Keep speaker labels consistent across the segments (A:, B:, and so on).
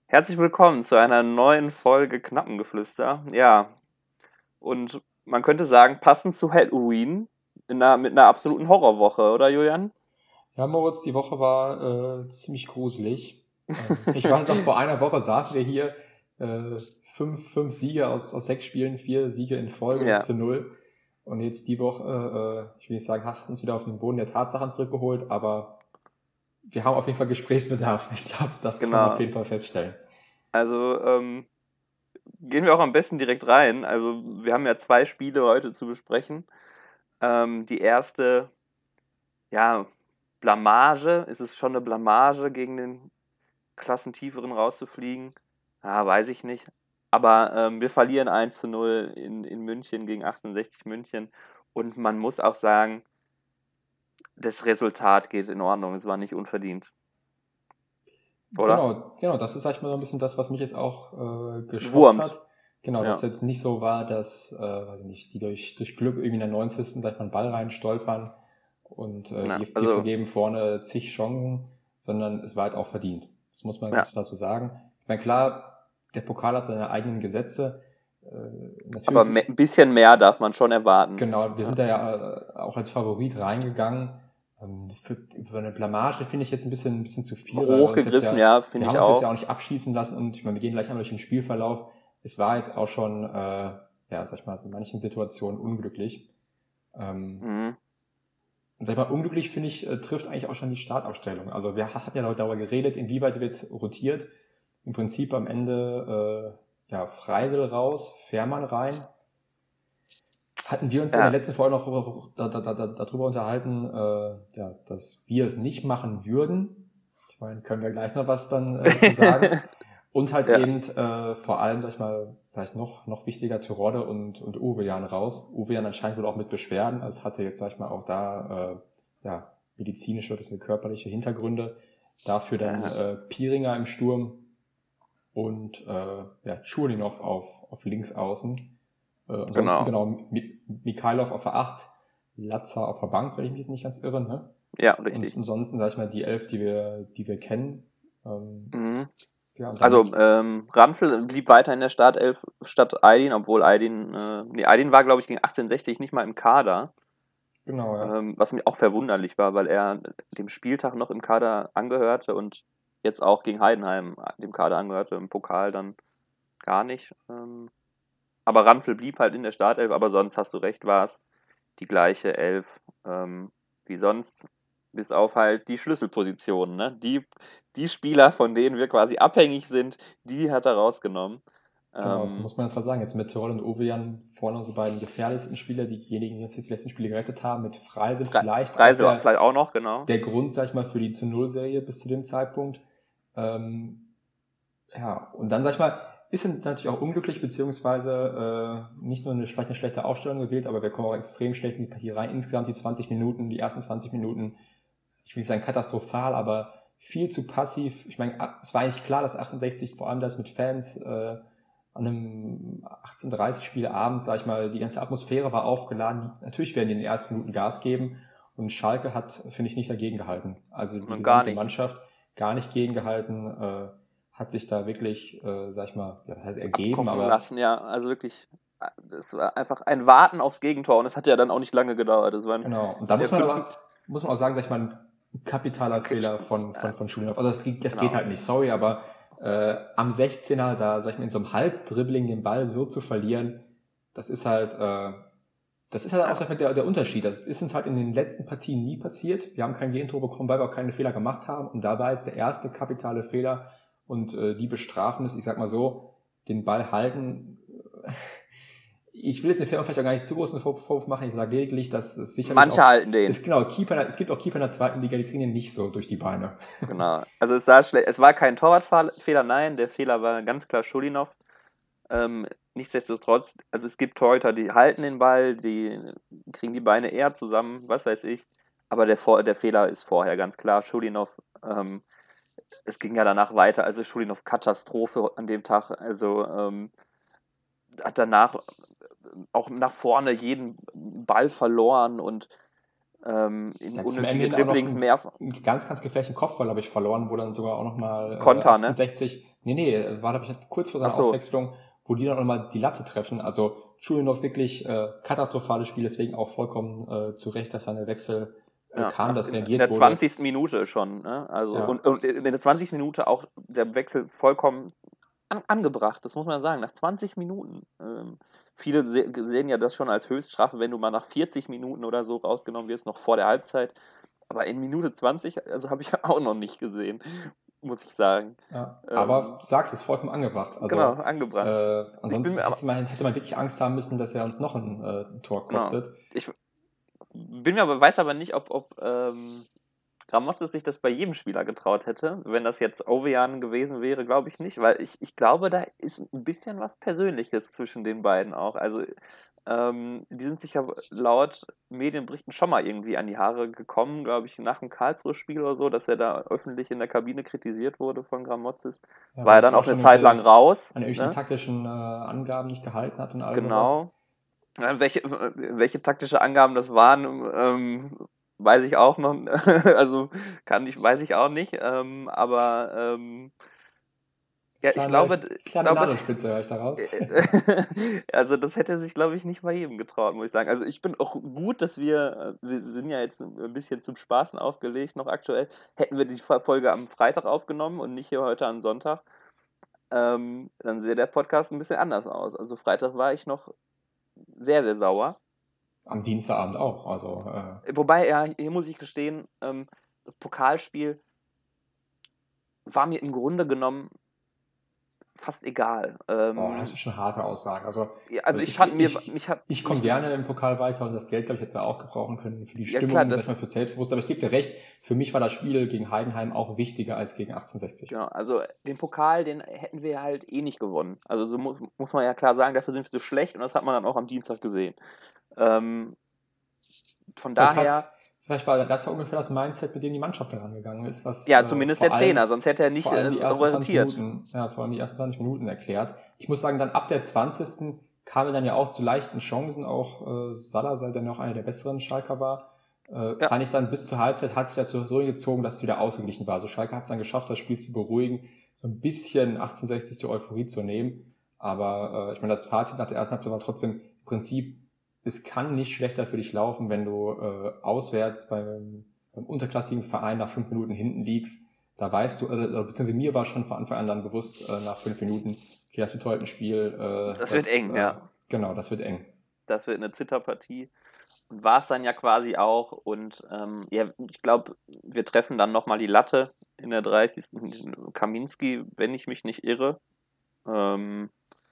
A: Herzlich willkommen zu einer neuen Folge Knappengeflüster. Ja, und man könnte sagen, passend zu Halloween mit einer absoluten Horrorwoche, oder Julian?
B: Ja, Moritz, die Woche war ziemlich gruselig. Ich weiß noch, vor einer Woche saßen wir hier, fünf Siege aus 6 Spielen, 4 Siege in Folge
A: Ja,
B: zu 0. Und jetzt die Woche, ich will nicht sagen, hat uns wieder auf den Boden der Tatsachen zurückgeholt, aber wir haben auf jeden Fall Gesprächsbedarf. Ich glaube, das kann man auf
A: genau.
B: jeden Fall feststellen.
A: Also gehen wir auch am besten direkt rein. Also wir haben ja 2 Spiele heute zu besprechen. Die erste, ja, Blamage. Ist es schon eine Blamage, gegen den Klassentieferen rauszufliegen? Ah, weiß ich nicht. Aber wir verlieren 1:0 in München gegen 68 München. Und man muss auch sagen, das Resultat geht in Ordnung. Es war nicht unverdient. Oder?
B: Genau, das ist, sag ich mal, so ein bisschen das, was mich jetzt auch geschockt
A: Wurmt.
B: hat. Genau, dass
A: Ja.
B: jetzt nicht so war, dass, weiß ich nicht, die durch Glück irgendwie in der 90. sag ich mal, einen Ball reinstolpern und
A: Na,
B: wir
A: also,
B: vergeben vorne zig Chancen, sondern es war halt auch verdient. Das muss man
A: ja.
B: ganz klar so sagen. Ich meine, klar, der Pokal hat seine eigenen Gesetze.
A: Aber
B: Natürlich,
A: ein bisschen mehr darf man schon erwarten.
B: genau, wir
A: Ja.
B: sind da ja auch als Favorit reingegangen. Über eine Blamage finde ich jetzt ein bisschen zu viel, weil
A: Hochgegriffen, ja,
B: wir
A: finde
B: haben
A: ich
B: uns jetzt ja
A: auch.
B: auch nicht abschießen lassen und ich meine, wir gehen gleich einmal durch den Spielverlauf. Es war jetzt auch schon, ja, sag ich mal, in manchen Situationen unglücklich.
A: Mhm.
B: Und sag ich mal, unglücklich finde ich, trifft eigentlich auch schon die Startaufstellung. Also wir hatten ja heute darüber geredet, inwieweit wird rotiert. Im Prinzip am Ende, ja, Freisel raus, Fährmann rein. Hatten wir uns in der
A: Ja,
B: letzten Folge noch darüber unterhalten, ja, dass wir es nicht machen würden. Ich meine, können wir gleich noch was dann zu sagen. Und halt
A: ja,
B: eben vor allem, sag ich mal, vielleicht noch wichtiger, Terodde und Uwe Jan raus. Uwe Jan anscheinend wohl auch mit Beschwerden. Also hatte jetzt, sag ich mal, auch da ja, medizinische oder körperliche Hintergründe. Dafür dann
A: ja,
B: Pieringer im Sturm und ja, Schulinov auf links außen. Ansonsten
A: genau.
B: genau, Mikhailov auf der 8, Latza auf der Bank, wenn ich mich jetzt nicht ganz irre, ne?
A: Ja,
B: Und
A: richtig.
B: ansonsten, sag ich mal, die 11, die wir kennen.
A: Mhm.
B: Ja, und
A: Also,
B: dann,
A: Ranfl blieb weiter in der Startelf statt Aydin, obwohl Aydin war, glaube ich, gegen 1860 nicht mal im Kader.
B: genau, ja.
A: Was mir auch verwunderlich war, weil er dem Spieltag noch im Kader angehörte und jetzt auch gegen Heidenheim dem Kader angehörte, im Pokal dann gar nicht. Aber Ranfl blieb halt in der Startelf, aber sonst hast du recht, war es die gleiche Elf wie sonst, bis auf halt die Schlüsselpositionen. Ne? Die Spieler, von denen wir quasi abhängig sind, die hat er rausgenommen.
B: Genau,
A: Ähm,
B: muss man jetzt mal sagen. Jetzt mit Tirol und Uwe Jan vorne unsere beiden gefährlichsten Spieler, diejenigen, die uns jetzt die letzten Spiele gerettet haben, mit Freisel vielleicht auch
A: Freisel vielleicht auch noch, genau.
B: der Grund, sag ich mal, für die zu Null-Serie bis zu dem Zeitpunkt. Ja, und dann, sag ich mal, ist natürlich auch unglücklich, beziehungsweise nicht nur vielleicht eine schlechte Aufstellung gewählt, aber wir kommen auch extrem schlecht in die Partie rein. Insgesamt die ersten 20 Minuten, ich will nicht sagen katastrophal, aber viel zu passiv. Ich meine, es war eigentlich klar, dass 68, vor allem das mit Fans, an einem 18:30-Spiel abends, sag ich mal, die ganze Atmosphäre war aufgeladen. Natürlich werden die in den ersten Minuten Gas geben und Schalke hat, finde ich, nicht dagegen gehalten. Also die
A: Gar
B: gesamte
A: nicht.
B: Mannschaft gar nicht gegengehalten, hat sich da wirklich, sag ich mal, ja, das heißt ergeben,
A: Abkochen
B: aber
A: lassen, ja. Also wirklich, das war einfach ein Warten aufs Gegentor und es hat ja dann auch nicht lange gedauert. Das waren
B: genau. Und da
A: der fünf.
B: muss man auch sagen, sag ich mal, ein kapitaler Fehler von Schulinov. Also das geht
A: Genau.
B: halt nicht, sorry, aber am 16er, da, sag ich mal, in so einem Halbdribbling den Ball so zu verlieren, das ist halt, auch, sag ich mal, der Unterschied. Das ist uns halt in den letzten Partien nie passiert. Wir haben kein Gegentor bekommen, weil wir auch keine Fehler gemacht haben. Und da war jetzt der erste kapitale Fehler und die bestrafen es, ich sag mal so, den Ball halten. Ich will jetzt den Firma vielleicht auch gar nicht zu großen Vorwurf machen. Ich sage lediglich, dass es sicherlich
A: Manche
B: auch,
A: halten den.
B: genau, es gibt auch Keeper in der zweiten Liga, die kriegen den nicht so durch die Beine.
A: Genau. Also es sah schlecht. Es war kein Torwartfehler, nein, der Fehler war ganz klar Schulinov. Nichtsdestotrotz, also es gibt Torhüter, die halten den Ball, die kriegen die Beine eher zusammen, was weiß ich. Aber der Fehler ist vorher ganz klar. Schulinov, es ging ja danach weiter, also Schulinov Katastrophe an dem Tag. Also hat danach auch nach vorne jeden Ball verloren und in
B: Ja, zum Ende
A: unnötige
B: hin auch noch
A: Dribblings mehr
B: einen ganz gefährlichen Kopfball, habe ich verloren, wo dann sogar auch nochmal
A: Konter, ne?
B: 1860 Nee, war, glaube ich, kurz vor seiner
A: Ach so.
B: Auswechslung, wo die dann nochmal die Latte treffen. Also Schulinov wirklich katastrophales Spiel, deswegen auch vollkommen zu Recht, dass seine Wechsel kam, dass reagiert wurde.
A: In der 20. Minute schon. Ne? Also,
B: Ja.
A: und in der 20. Minute auch der Wechsel vollkommen angebracht, das muss man sagen, nach 20 Minuten. Viele sehen ja das schon als Höchststrafe, wenn du mal nach 40 Minuten oder so rausgenommen wirst, noch vor der Halbzeit. Aber in Minute 20, also habe ich auch noch nicht gesehen, muss ich sagen.
B: Ja, aber du sagst es, vollkommen angebracht. Also,
A: genau, angebracht.
B: Ansonsten hätte man wirklich Angst haben müssen, dass er uns noch ein Tor kostet.
A: Genau. Ich weiß aber nicht, ob Gramotzes sich das bei jedem Spieler getraut hätte. Wenn das jetzt Ovejan gewesen wäre, glaube ich nicht, weil ich glaube, da ist ein bisschen was Persönliches zwischen den beiden auch. Also die sind sich ja laut Medienberichten schon mal irgendwie an die Haare gekommen, glaube ich, nach dem Karlsruhe-Spiel oder so, dass er da öffentlich in der Kabine kritisiert wurde von Gramotzes. Ja, war er dann auch eine Zeit lang raus.
B: An irgendwelchen taktischen Angaben nicht gehalten hat und all
A: genau. Welche taktische Angaben das waren, weiß ich auch noch, also weiß ich auch nicht, aber ja, ich glaube,
B: Nadelspitze höre ich daraus.
A: Also das hätte sich, glaube ich, nicht bei jedem getraut, muss ich sagen. Also ich bin auch gut, dass wir sind ja jetzt ein bisschen zum Spaßen aufgelegt, noch aktuell, hätten wir die Folge am Freitag aufgenommen und nicht hier heute am Sonntag, dann sähe der Podcast ein bisschen anders aus. Also Freitag war ich noch sehr, sehr sauer.
B: Am Dienstagabend auch. Also,
A: Wobei, ja, hier muss ich gestehen, das Pokalspiel war mir im Grunde genommen fast egal.
B: Das ist schon eine harte Aussage. Also ich komme gerne im Pokal weiter und das Geld, glaube ich, hätten wir auch gebrauchen können für die Stimmung, klar, für Selbstbewusstsein. Aber ich gebe dir recht, für mich war das Spiel gegen Heidenheim auch wichtiger als gegen 1860.
A: Genau, also den Pokal, den hätten wir halt eh nicht gewonnen. Also so muss man ja klar sagen, dafür sind wir so schlecht und das hat man dann auch am Dienstag gesehen. Von daher...
B: Vielleicht war das ja ungefähr das Mindset, mit dem die Mannschaft herangegangen ist.
A: Zumindest der Trainer, sonst hätte er nicht orientiert.
B: Vor allem die ersten 20 Minuten erklärt. Ich muss sagen, dann ab der 20. kamen dann ja auch zu leichten Chancen, auch Salazar, der noch einer der besseren Schalker war, fand ich dann bis zur Halbzeit hat sich das so gezogen, dass es wieder ausgeglichen war. Also Schalke hat es dann geschafft, das Spiel zu beruhigen, so ein bisschen 1860 die Euphorie zu nehmen. Aber ich meine, das Fazit nach der ersten Halbzeit war trotzdem im Prinzip, es kann nicht schlechter für dich laufen, wenn du auswärts beim unterklassigen Verein nach 5 Minuten hinten liegst. Da weißt du, beziehungsweise mir war schon von Anfang an dann bewusst, nach 5 Minuten, okay, das wird heute ein Spiel.
A: Das wird eng, ja.
B: Genau, das wird eng.
A: Das wird eine Zitterpartie. Und war es dann ja quasi auch. Und ich glaube, wir treffen dann nochmal die Latte in der 30. Kaminski, wenn ich mich nicht irre. Aber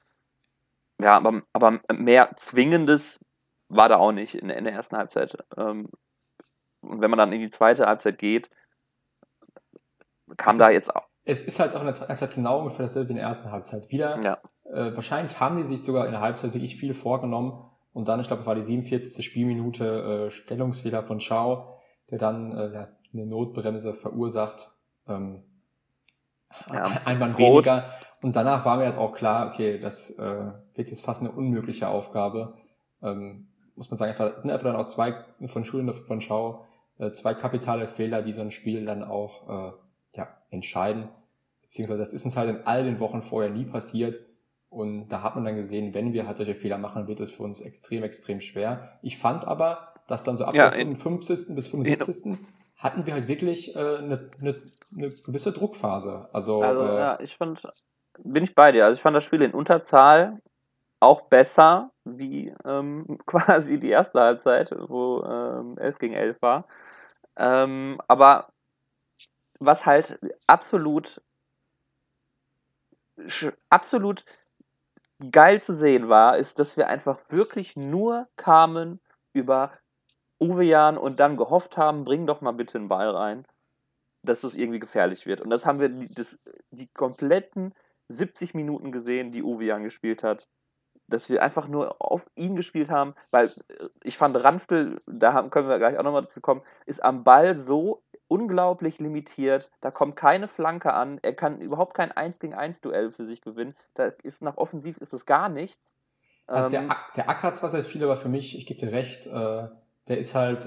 A: mehr Zwingendes war da auch nicht in der ersten Halbzeit. Und wenn man dann in die zweite Halbzeit geht, jetzt auch.
B: Es ist halt auch in der zweiten Halbzeit genau ungefähr dasselbe wie in der ersten Halbzeit. Wahrscheinlich haben die sich sogar in der Halbzeit wirklich viel vorgenommen. Und dann, ich glaube, es war die 47. Spielminute, Stellungsfehler von Schau, der dann eine Notbremse verursacht. Einmal weniger. Und danach war mir halt auch klar, okay, das wird jetzt fast eine unmögliche Aufgabe. Muss man sagen, sind einfach dann auch zwei von Schulen von Schau, 2 kapitale Fehler, die so ein Spiel dann auch entscheiden. Beziehungsweise das ist uns halt in all den Wochen vorher nie passiert. Und da hat man dann gesehen, wenn wir halt solche Fehler machen, wird es für uns extrem, extrem schwer. Ich fand aber, dass dann so ab der 55. bis 75. hatten wir halt wirklich eine gewisse Druckphase.
A: Bin ich bei dir. Also ich fand das Spiel in Unterzahl auch besser wie quasi die erste Halbzeit, wo 11 gegen 11 war. Aber was halt absolut geil zu sehen war, ist, dass wir einfach wirklich nur kamen über Ovejan und dann gehofft haben, bring doch mal bitte einen Ball rein, dass es irgendwie gefährlich wird. Und das haben wir die kompletten 70 Minuten gesehen, die Ovejan gespielt hat, dass wir einfach nur auf ihn gespielt haben, weil ich fand, Ranftl, können wir gleich auch nochmal dazu kommen, ist am Ball so unglaublich limitiert, da kommt keine Flanke an, er kann überhaupt kein 1-gegen-1 Duell für sich gewinnen, nach offensiv ist es gar nichts.
B: Der ackert zwar sehr viel, aber für mich, ich gebe dir recht, der ist halt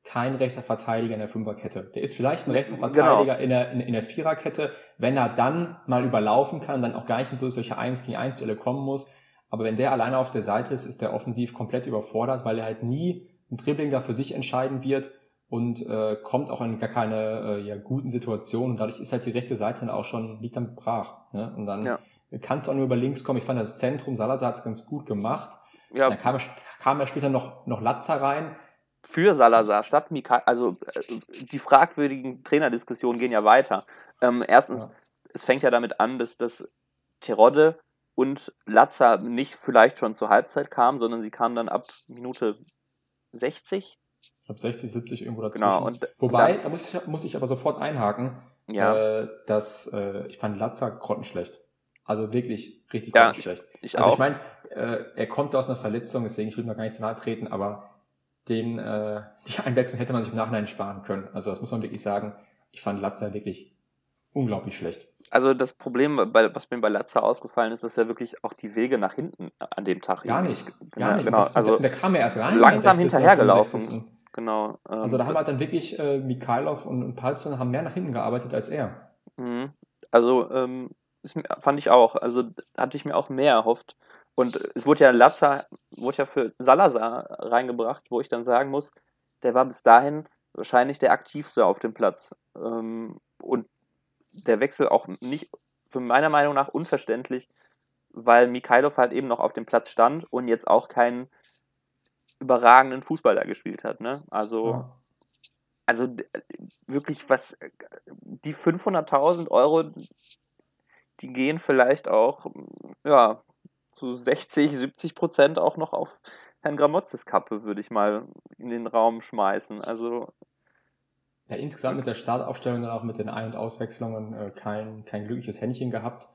B: kein rechter Verteidiger in der Fünferkette. Der ist vielleicht ein rechter Verteidiger in der Viererkette, wenn er dann mal überlaufen kann, dann auch gar nicht in solche 1 gegen 1 Duelle kommen muss. Aber wenn der alleine auf der Seite ist der offensiv komplett überfordert, weil er halt nie ein Dribbling da für sich entscheiden wird und kommt auch in gar keine guten Situationen. Und dadurch ist halt die rechte Seite dann auch schon, liegt dann brach. Ne? Und dann kann es auch nur über links kommen. Ich fand das Zentrum, Salazar hat es ganz gut gemacht. Ja. Dann kam er später noch Latza rein.
A: Für Salazar statt Mikael, also die fragwürdigen Trainerdiskussionen gehen ja weiter. Erstens, es fängt ja damit an, dass Terodde und Latza nicht vielleicht schon zur Halbzeit kamen, sondern sie kamen dann ab Minute 60.
B: Ich glaube 60, 70 irgendwo dazwischen.
A: Genau.
B: Wobei, da muss ich aber sofort einhaken, dass ich fand Latza grottenschlecht. Also wirklich richtig grottenschlecht. Also ich meine, er kommt aus einer Verletzung, deswegen ich will mir gar nicht zu nahe treten, aber die Einwechslung hätte man sich im Nachhinein sparen können. Also das muss man wirklich sagen. Ich fand Latza wirklich unglaublich schlecht.
A: Also das Problem, was mir bei Latza aufgefallen ist, dass ja wirklich auch die Wege nach hinten an dem Tag
B: gar nicht.
A: Genau.
B: Der kam ja erst rein.
A: Langsam hinterhergelaufen. Genau.
B: Also da haben halt dann wirklich Mikhailov und Palzon haben mehr nach hinten gearbeitet als er.
A: Also fand ich auch. Also hatte ich mir auch mehr erhofft. Und es wurde ja für Salazar reingebracht, wo ich dann sagen muss, der war bis dahin wahrscheinlich der aktivste auf dem Platz. Und der Wechsel auch nicht, für meiner Meinung nach, unverständlich, weil Mikhailov halt eben noch auf dem Platz stand und jetzt auch keinen überragenden Fußball da gespielt hat. Ne? Also wirklich, die 500.000 Euro, die gehen vielleicht auch, zu 60-70% auch noch auf Herrn Gramotzes Kappe, würde ich mal in den Raum schmeißen. Also
B: ja, insgesamt mit der Startaufstellung dann auch mit den Ein- und Auswechslungen kein glückliches Händchen gehabt.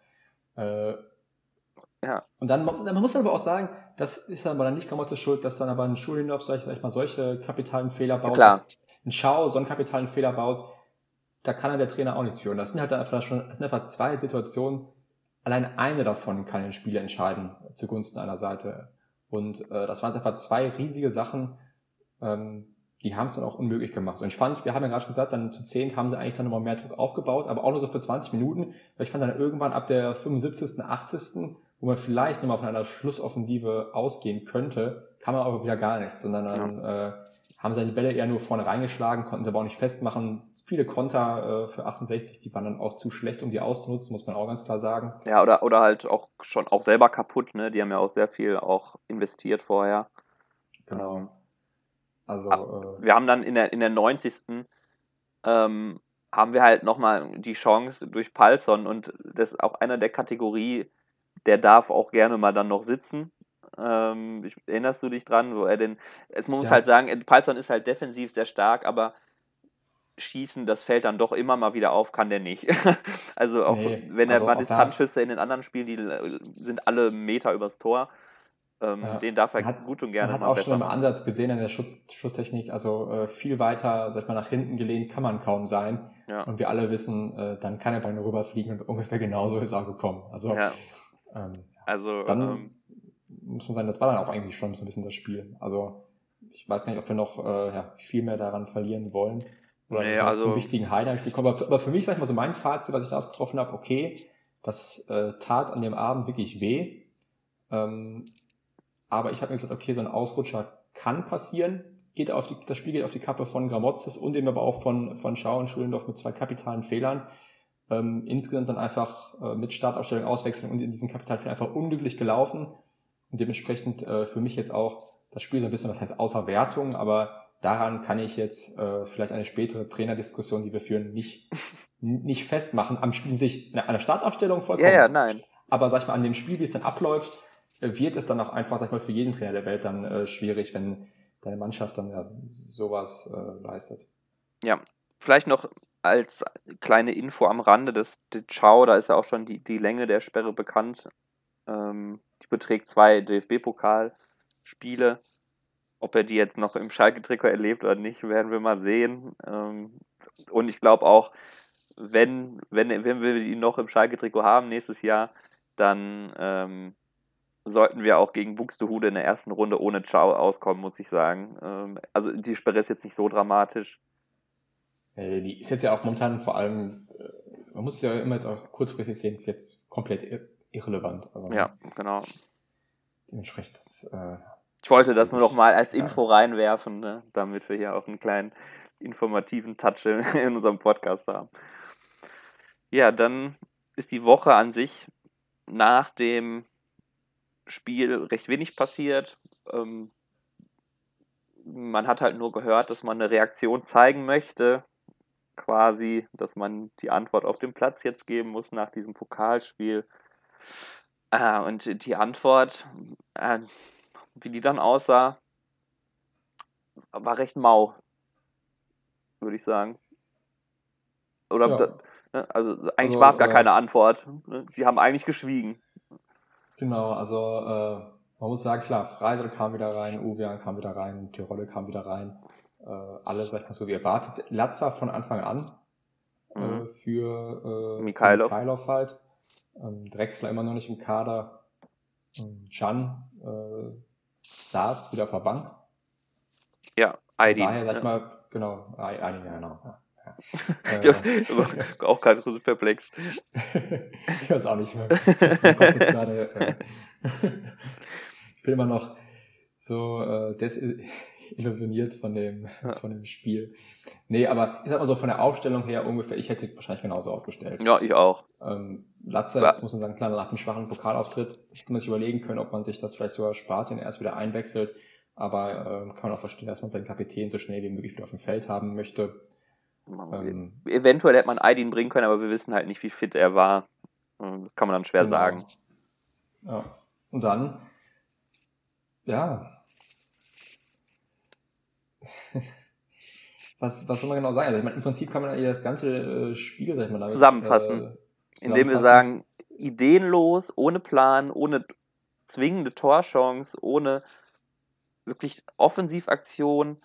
B: Und dann, man muss aber auch sagen, das ist aber dann nicht Gramotzes Schuld, dass dann aber ein Schulinov, sag ich mal, solche kapitalen Fehler baut, dass ein Schau so einen kapitalen Fehler baut, da kann der Trainer auch nichts für. Und das sind halt einfach zwei Situationen, allein eine davon kann den Spieler entscheiden zugunsten einer Seite. Und das waren einfach zwei riesige Sachen, die haben es dann auch unmöglich gemacht. Und ich fand, wir haben ja gerade schon gesagt, dann zu 10 haben sie eigentlich dann nochmal mehr Druck aufgebaut, aber auch nur so für 20 Minuten. Weil ich fand dann irgendwann ab der 75., 80., wo man vielleicht nochmal von einer Schlussoffensive ausgehen könnte, kam man aber wieder gar nichts. Sondern dann haben sie dann die Bälle eher nur vorne reingeschlagen, konnten sie aber auch nicht festmachen. Viele Konter für 68, die waren dann auch zu schlecht, um die auszunutzen, muss man auch ganz klar sagen.
A: Ja, oder halt auch schon auch selber kaputt, ne? Die haben ja auch sehr viel auch investiert vorher.
B: Genau. Also
A: wir haben dann in der 90. Haben wir halt nochmal die Chance durch Palzon, und das ist auch einer der Kategorie, der darf auch gerne mal dann noch sitzen. Erinnerst du dich dran, wo man muss halt sagen, Palzon ist halt defensiv sehr stark, aber schießen, das fällt dann doch immer mal wieder auf, kann der nicht. Also auch wenn er mal Distanzschüsse in den anderen Spielen, die sind alle Meter übers Tor. Den darf er gut und gerne mal besser machen.
B: Man hat auch schon im Ansatz gesehen in der Schusstechnik, also viel weiter, sag ich mal, nach hinten gelehnt kann man kaum sein. Ja. Und wir alle wissen, dann kann er bei nur rüberfliegen, und ungefähr genauso ist er gekommen. Also, dann muss man sagen, das war dann auch eigentlich schon so ein bisschen das Spiel. Also ich weiß gar nicht, ob wir noch viel mehr daran verlieren wollen. Oder zum wichtigen Highlight gekommen. Aber für mich, sag ich mal, so mein Fazit, was ich da ausgetroffen habe, okay, das tat an dem Abend wirklich weh. Aber ich habe mir gesagt, okay, so ein Ausrutscher kann passieren. Das Spiel geht auf die Kappe von Gramotzes und eben aber auch von Schau und Schulendorf mit 2 kapitalen Fehlern. Insgesamt dann einfach mit Startaufstellung, Auswechslung und in diesen kapitalen Fehlern einfach unglücklich gelaufen. Und dementsprechend für mich jetzt auch das Spiel so ein bisschen, was heißt außer Wertung, aber daran kann ich jetzt vielleicht eine spätere Trainerdiskussion, die wir führen, nicht festmachen. Am Spiel sich an der Startaufstellung vollkommen.
A: Ja, nein.
B: Aber sag ich mal, an dem Spiel, wie es dann abläuft, wird es dann auch einfach, sag ich mal, für jeden Trainer der Welt dann schwierig, wenn deine Mannschaft dann sowas leistet.
A: Ja, vielleicht noch als kleine Info am Rande des Ciao, da ist ja auch schon die Länge der Sperre bekannt. Die beträgt 2 DFB-Pokalspiele. Ob er die jetzt noch im Schalke-Trikot erlebt oder nicht, werden wir mal sehen. Und ich glaube auch, wenn wir ihn noch im Schalke-Trikot haben nächstes Jahr, dann sollten wir auch gegen Buxtehude in der ersten Runde ohne Ciao auskommen, muss ich sagen. Also die Sperre ist jetzt nicht so dramatisch.
B: Die ist jetzt ja auch momentan vor allem, man muss ja immer jetzt auch kurzfristig sehen, jetzt komplett irrelevant. Aber,
A: ja, genau.
B: Dementsprechend
A: ich wollte das nur noch mal als Info reinwerfen, ne, damit wir hier auch einen kleinen informativen Touch in unserem Podcast haben. Ja, dann ist die Woche an sich nach dem Spiel recht wenig passiert. Man hat halt nur gehört, dass man eine Reaktion zeigen möchte, quasi, dass man die Antwort auf dem Platz jetzt geben muss nach diesem Pokalspiel. Und die Antwort, wie die dann aussah, war recht mau, würde ich sagen. Oder, also eigentlich war es gar keine Antwort. Sie haben eigentlich geschwiegen.
B: Genau, also man muss sagen, klar, Freisel kam wieder rein, Uwean kam wieder rein, Tirole kam wieder rein. Alle, sag ich mal so, wie erwartet. Latza von Anfang an für Mikhailov halt. Drexler immer noch nicht im Kader. Can saß wieder auf der Bank.
A: Ja, Aydin.
B: Daher, sag ich mal, genau, Aydin, ja, genau. Ja.
A: Auch kein großes Perplex.
B: Ich weiß auch nicht mehr. Ich bin immer noch so desillusioniert von dem Spiel. Nee, aber ich sag mal so, von der Aufstellung her ungefähr, ich hätte wahrscheinlich genauso aufgestellt.
A: Ja, ich auch.
B: Latza, jetzt muss man sagen, klar, nach dem schwachen Pokalauftritt hätte man sich überlegen können, ob man sich das vielleicht sogar spart und erst wieder einwechselt. Aber kann man auch verstehen, dass man seinen Kapitän so schnell wie möglich wieder auf dem Feld haben möchte.
A: Eventuell hätte man Aydin bringen können, aber wir wissen halt nicht, wie fit er war. Das kann man dann schwer sagen.
B: Ja. Und dann, ja. Was soll man genau sagen? Also ich meine, im Prinzip kann man das ganze Spiel, sag ich mal, damit,
A: zusammenfassen. Indem wir sagen, ideenlos, ohne Plan, ohne zwingende Torchance, ohne wirklich Offensivaktion.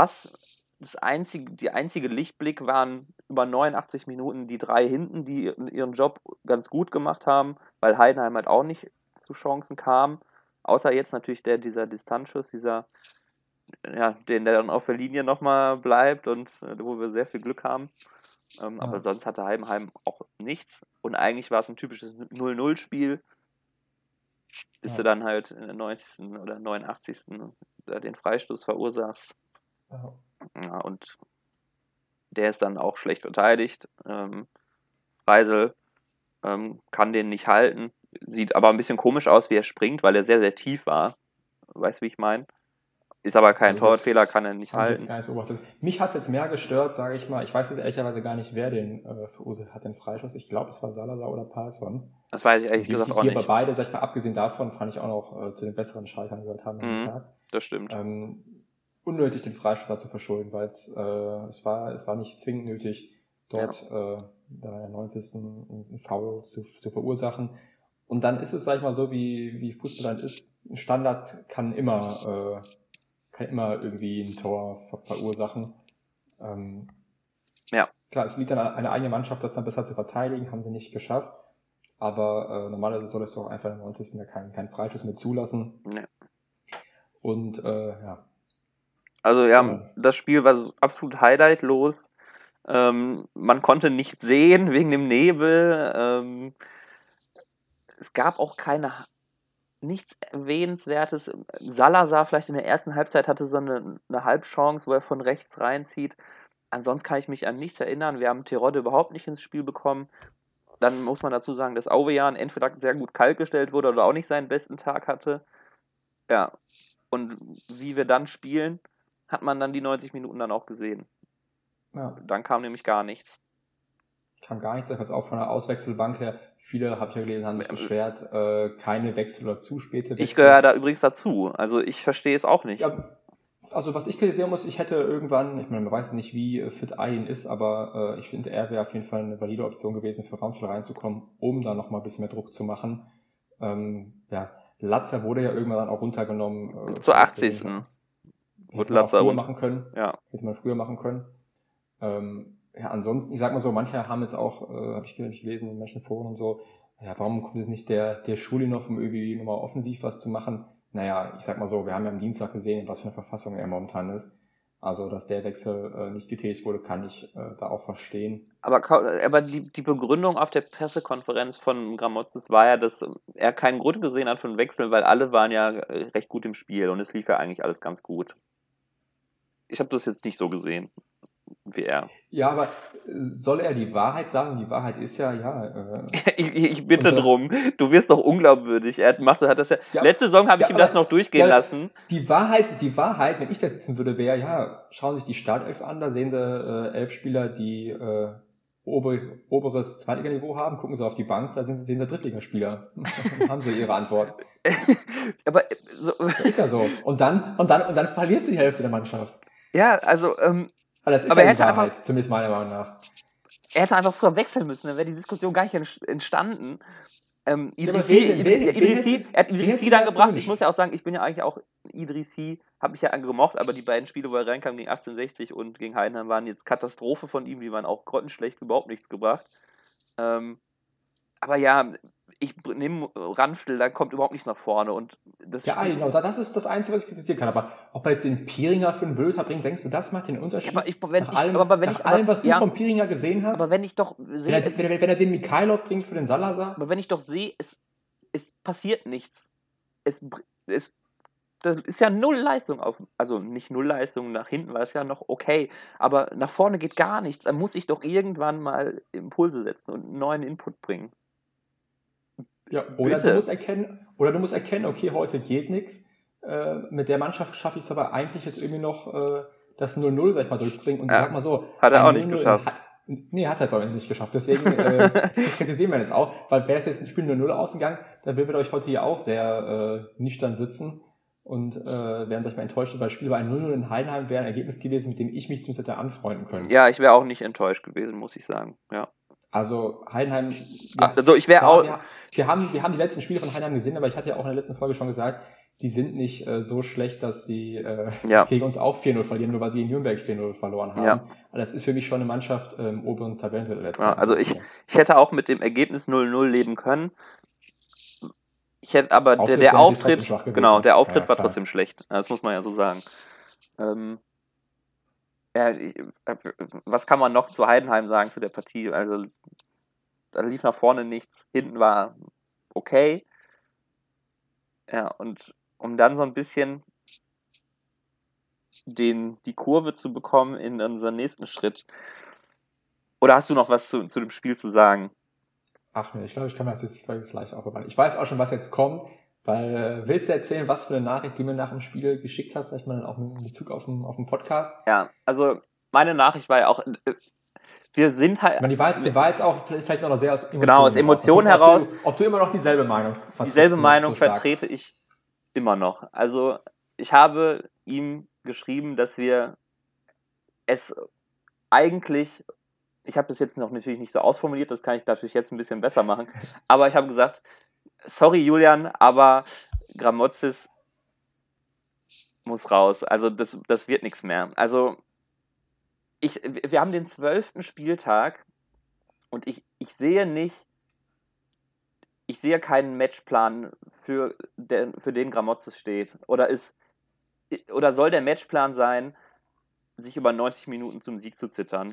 A: Die einzige Lichtblick waren über 89 Minuten die 3 hinten, die ihren Job ganz gut gemacht haben, weil Heidenheim halt auch nicht zu Chancen kam. Außer jetzt natürlich dieser Distanzschuss, der dann auf der Linie nochmal bleibt und wo wir sehr viel Glück haben. Aber sonst hatte Heidenheim auch nichts. Und eigentlich war es ein typisches 0-0-Spiel, bis du dann halt in der 90. oder 89. den Freistoß verursachst. Ja, und der ist dann auch schlecht verteidigt. Freisel kann den nicht halten. Sieht aber ein bisschen komisch aus, wie er springt, weil er sehr, sehr tief war. Weißt du, wie ich meine? Ist aber kein Torwartfehler, kann er nicht halten.
B: Mich hat es jetzt mehr gestört, sage ich mal. Ich weiß jetzt ehrlicherweise gar nicht, wer den verursacht hat, den Freischuss. Ich glaube, es war Salazar oder Palsson.
A: Das weiß ich ehrlich gesagt auch nicht.
B: Aber beide, sag ich mal, abgesehen davon, fand ich auch noch zu den besseren Schaltern gehört haben am Tag.
A: Das stimmt.
B: Unnötig, den Freistoß zu verschulden, weil es war nicht zwingend nötig, dort da in der 90. einen Foul zu verursachen. Und dann ist es, sag ich mal, so, wie Fußball dann ist. Ein Standard kann immer irgendwie ein Tor verursachen. Klar, es liegt dann an einer eigenen Mannschaft, das dann besser zu verteidigen, haben sie nicht geschafft. Aber normalerweise soll es doch einfach in der 90. keinen Freischuss mehr zulassen. Ja. Und
A: Also das Spiel war absolut highlightlos. Man konnte nicht sehen wegen dem Nebel. Es gab auch nichts Erwähnenswertes. Salazar vielleicht in der ersten Halbzeit hatte so eine Halbchance, wo er von rechts reinzieht. Ansonsten kann ich mich an nichts erinnern. Wir haben Terodde überhaupt nicht ins Spiel bekommen. Dann muss man dazu sagen, dass Auvejan entweder sehr gut kalt gestellt wurde oder auch nicht seinen besten Tag hatte. Ja, und wie wir dann spielen, hat man dann die 90 Minuten dann auch gesehen. Ja. Dann kam nämlich gar nichts.
B: Kam gar nichts, also auch von der Auswechselbank her. Viele, habe ich ja gelesen, haben sich beschwert, keine Wechsel oder zu späte Wechsel.
A: Ich gehöre da übrigens dazu. Also ich verstehe es auch nicht.
B: Ja, also was ich kritisieren muss, ich hätte irgendwann, ich meine, man weiß nicht, wie fit Aydin ist, aber ich finde, er wäre auf jeden Fall eine valide Option gewesen, für Ramsel reinzukommen, um da nochmal ein bisschen mehr Druck zu machen. Latza wurde ja irgendwann dann auch runtergenommen.
A: Zur 80.
B: Hätte man früher machen können. Ja. Hätte man früher machen können. Ansonsten, ich sag mal so, manche haben jetzt auch, habe ich gelesen in manchen Foren und so, ja, warum kommt jetzt nicht der Schulinov, um irgendwie nochmal offensiv was zu machen? Naja, ich sag mal so, wir haben ja am Dienstag gesehen, in was für eine Verfassung er momentan ist. Also, dass der Wechsel nicht getätigt wurde, kann ich da auch verstehen.
A: Aber die Begründung auf der Pressekonferenz von Gramotzes war ja, dass er keinen Grund gesehen hat für einen Wechsel, weil alle waren ja recht gut im Spiel und es lief ja eigentlich alles ganz gut. Ich habe das jetzt nicht so gesehen wie er.
B: Ja, aber soll er die Wahrheit sagen? Die Wahrheit ist ja.
A: Ich bitte drum. Du wirst doch unglaubwürdig. Hat das ja. Letzte Saison habe ich ihm das noch durchgehen lassen.
B: Die Wahrheit, wenn ich da sitzen würde, wäre, schauen Sie sich die Startelf an, da sehen Sie 11 Spieler, die oberes Zweitliganiveau haben, gucken Sie auf die Bank, da sehen Sie Drittligaspieler. Dann haben Sie Ihre Antwort.
A: Aber
B: das ist ja so. Und dann verlierst du die Hälfte der Mannschaft.
A: Ja, also
B: das ist aber ja die Wahrheit, zumindest meiner Meinung nach.
A: Er hätte einfach früher wechseln müssen, dann wäre die Diskussion gar nicht entstanden. Idrissi dann gebracht. Ich muss ja auch sagen, ich bin ja eigentlich auch Idrissi, habe ich ja gemocht, aber die beiden Spiele, wo er reinkam gegen 1860 und gegen Heidenheim, waren jetzt Katastrophe von ihm, die waren auch grottenschlecht, überhaupt nichts gebracht. Aber ja, ich nehme Ranftl, da kommt überhaupt nichts nach vorne. Und das
B: genau, das ist das Einzige, was ich kritisieren kann. Aber ob er jetzt den Piringer für einen Blöd bringt, denkst du, das macht den Unterschied?
A: Nach allem,
B: was du vom Piringer gesehen hast?
A: Aber wenn ich doch sehe...
B: Wenn er den Mikhailov bringt für den Salazar?
A: Aber wenn ich doch sehe, es passiert nichts. Das ist ja null Leistung also nicht null Leistung, nach hinten war es ja noch okay, aber nach vorne geht gar nichts. Da muss ich doch irgendwann mal Impulse setzen und einen neuen Input bringen.
B: Ja, oder du musst erkennen, okay, heute geht nichts. Mit der Mannschaft schaffe ich es aber eigentlich jetzt irgendwie noch das 0-0, sag ich mal, durchzubringen. Und ich sag mal so.
A: Hat er auch nicht geschafft.
B: Nee, hat er jetzt auch nicht geschafft. Deswegen, das kritisieren wir jetzt auch, weil wäre es jetzt ein Spiel 0-0 ausgegangen, dann würden wir euch heute hier auch sehr nüchtern sitzen und wären, sag ich mal, enttäuscht, weil das Spiel bei 0-0 in Heidenheim wäre ein Ergebnis gewesen, mit dem ich mich zumindest hätte anfreunden können.
A: Ja, ich wäre auch nicht enttäuscht gewesen, muss ich sagen, ja.
B: Also Heidenheim.
A: Ich wäre auch.
B: Wir haben die letzten Spiele von Heidenheim gesehen, aber ich hatte ja auch in der letzten Folge schon gesagt, die sind nicht so schlecht, dass sie gegen uns auch 4-0 verlieren, nur weil sie in Nürnberg 4-0 verloren haben. Ja. Aber das ist für mich schon eine Mannschaft im oberen Tabellendrittel.
A: Also ich hätte auch mit dem Ergebnis 0-0 leben können. Ich hätte aber der Auftritt war trotzdem schlecht. Das muss man ja so sagen. Was kann man noch zu Heidenheim sagen zu der Partie? Also, da lief nach vorne nichts, hinten war okay. Ja, und um dann so ein bisschen die Kurve zu bekommen in unseren nächsten Schritt. Oder hast du noch was zu dem Spiel zu sagen?
B: Ach nee, ich glaube, ich kann mir das jetzt gleich auch überlegen. Ich weiß auch schon, was jetzt kommt, weil willst du erzählen, was für eine Nachricht du mir nach dem Spiel geschickt hast, sag ich mal, auch in Bezug auf den Podcast?
A: Ja, also meine Nachricht war ja auch, wir sind halt...
B: Die war jetzt auch vielleicht noch sehr aus Emotionen.
A: Genau, aus Emotionen heraus.
B: Ob du immer noch dieselbe Meinung
A: vertrittst? Dieselbe Meinung vertrete ich immer noch. Also ich habe ihm geschrieben, dass wir es eigentlich... Ich habe das jetzt noch natürlich nicht so ausformuliert, das kann ich natürlich jetzt ein bisschen besser machen, aber ich habe gesagt, sorry Julian, aber Gramotzes muss raus. Also das wird nichts mehr. Also wir haben den 12. Spieltag und ich sehe keinen Matchplan für den Gramotzes steht. Oder soll der Matchplan sein, sich über 90 Minuten zum Sieg zu zittern?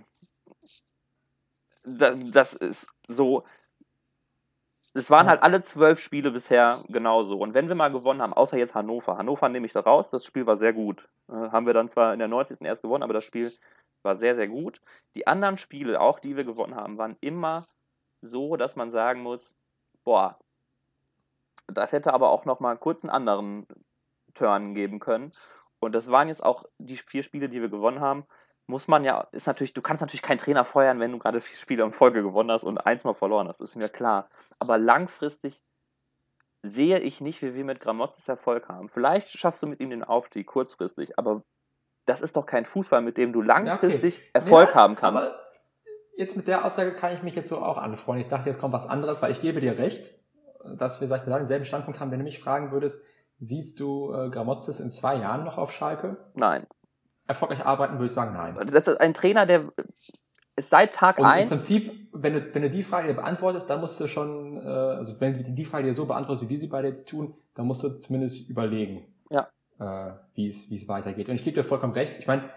A: Das ist so. Es waren halt alle 12 Spiele bisher genauso. Und wenn wir mal gewonnen haben, außer jetzt Hannover nehme ich da raus, das Spiel war sehr gut. Haben wir dann zwar in der 90. erst gewonnen, aber das Spiel war sehr, sehr gut. Die anderen Spiele, auch die wir gewonnen haben, waren immer so, dass man sagen muss, boah, das hätte aber auch noch mal kurz einen anderen Turn geben können. Und das waren jetzt auch die 4 Spiele, die wir gewonnen haben. Du kannst natürlich keinen Trainer feuern, wenn du gerade 4 Spiele in Folge gewonnen hast und 1 mal verloren hast, das ist mir klar. Aber langfristig sehe ich nicht, wie wir mit Gramotzes Erfolg haben. Vielleicht schaffst du mit ihm den Aufstieg kurzfristig, aber das ist doch kein Fußball, mit dem du langfristig Erfolg haben kannst.
B: Aber jetzt mit der Aussage kann ich mich jetzt so auch anfreunden. Ich dachte, jetzt kommt was anderes, weil ich gebe dir recht, dass wir, sag ich mal, denselben Standpunkt haben. Wenn du mich fragen würdest, siehst du Gramotzes in 2 Jahren noch auf Schalke?
A: Nein.
B: Erfolgreich arbeiten, würde ich sagen, nein.
A: Das ist ein Trainer, der ist seit Tag 1.
B: Im Prinzip, wenn du die Frage dir beantwortest, dann musst du schon, also wenn du die Frage dir so beantwortest, wie wir sie beide jetzt tun, dann musst du zumindest überlegen, wie es weitergeht. Und ich gebe dir vollkommen recht. Ich meine,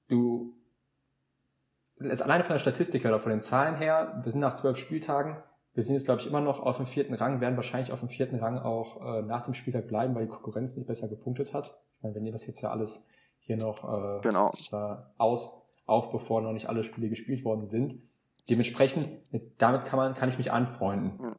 B: es alleine von der Statistik oder von den Zahlen her, wir sind nach 12 Spieltagen, wir sind jetzt, glaube ich, immer noch auf dem 4. Rang, werden wahrscheinlich auf dem 4. Rang auch nach dem Spieltag bleiben, weil die Konkurrenz nicht besser gepunktet hat. Ich meine, wenn ihr das jetzt ja alles hier noch bevor noch nicht alle Spiele gespielt worden sind. Dementsprechend, damit kann ich mich anfreunden.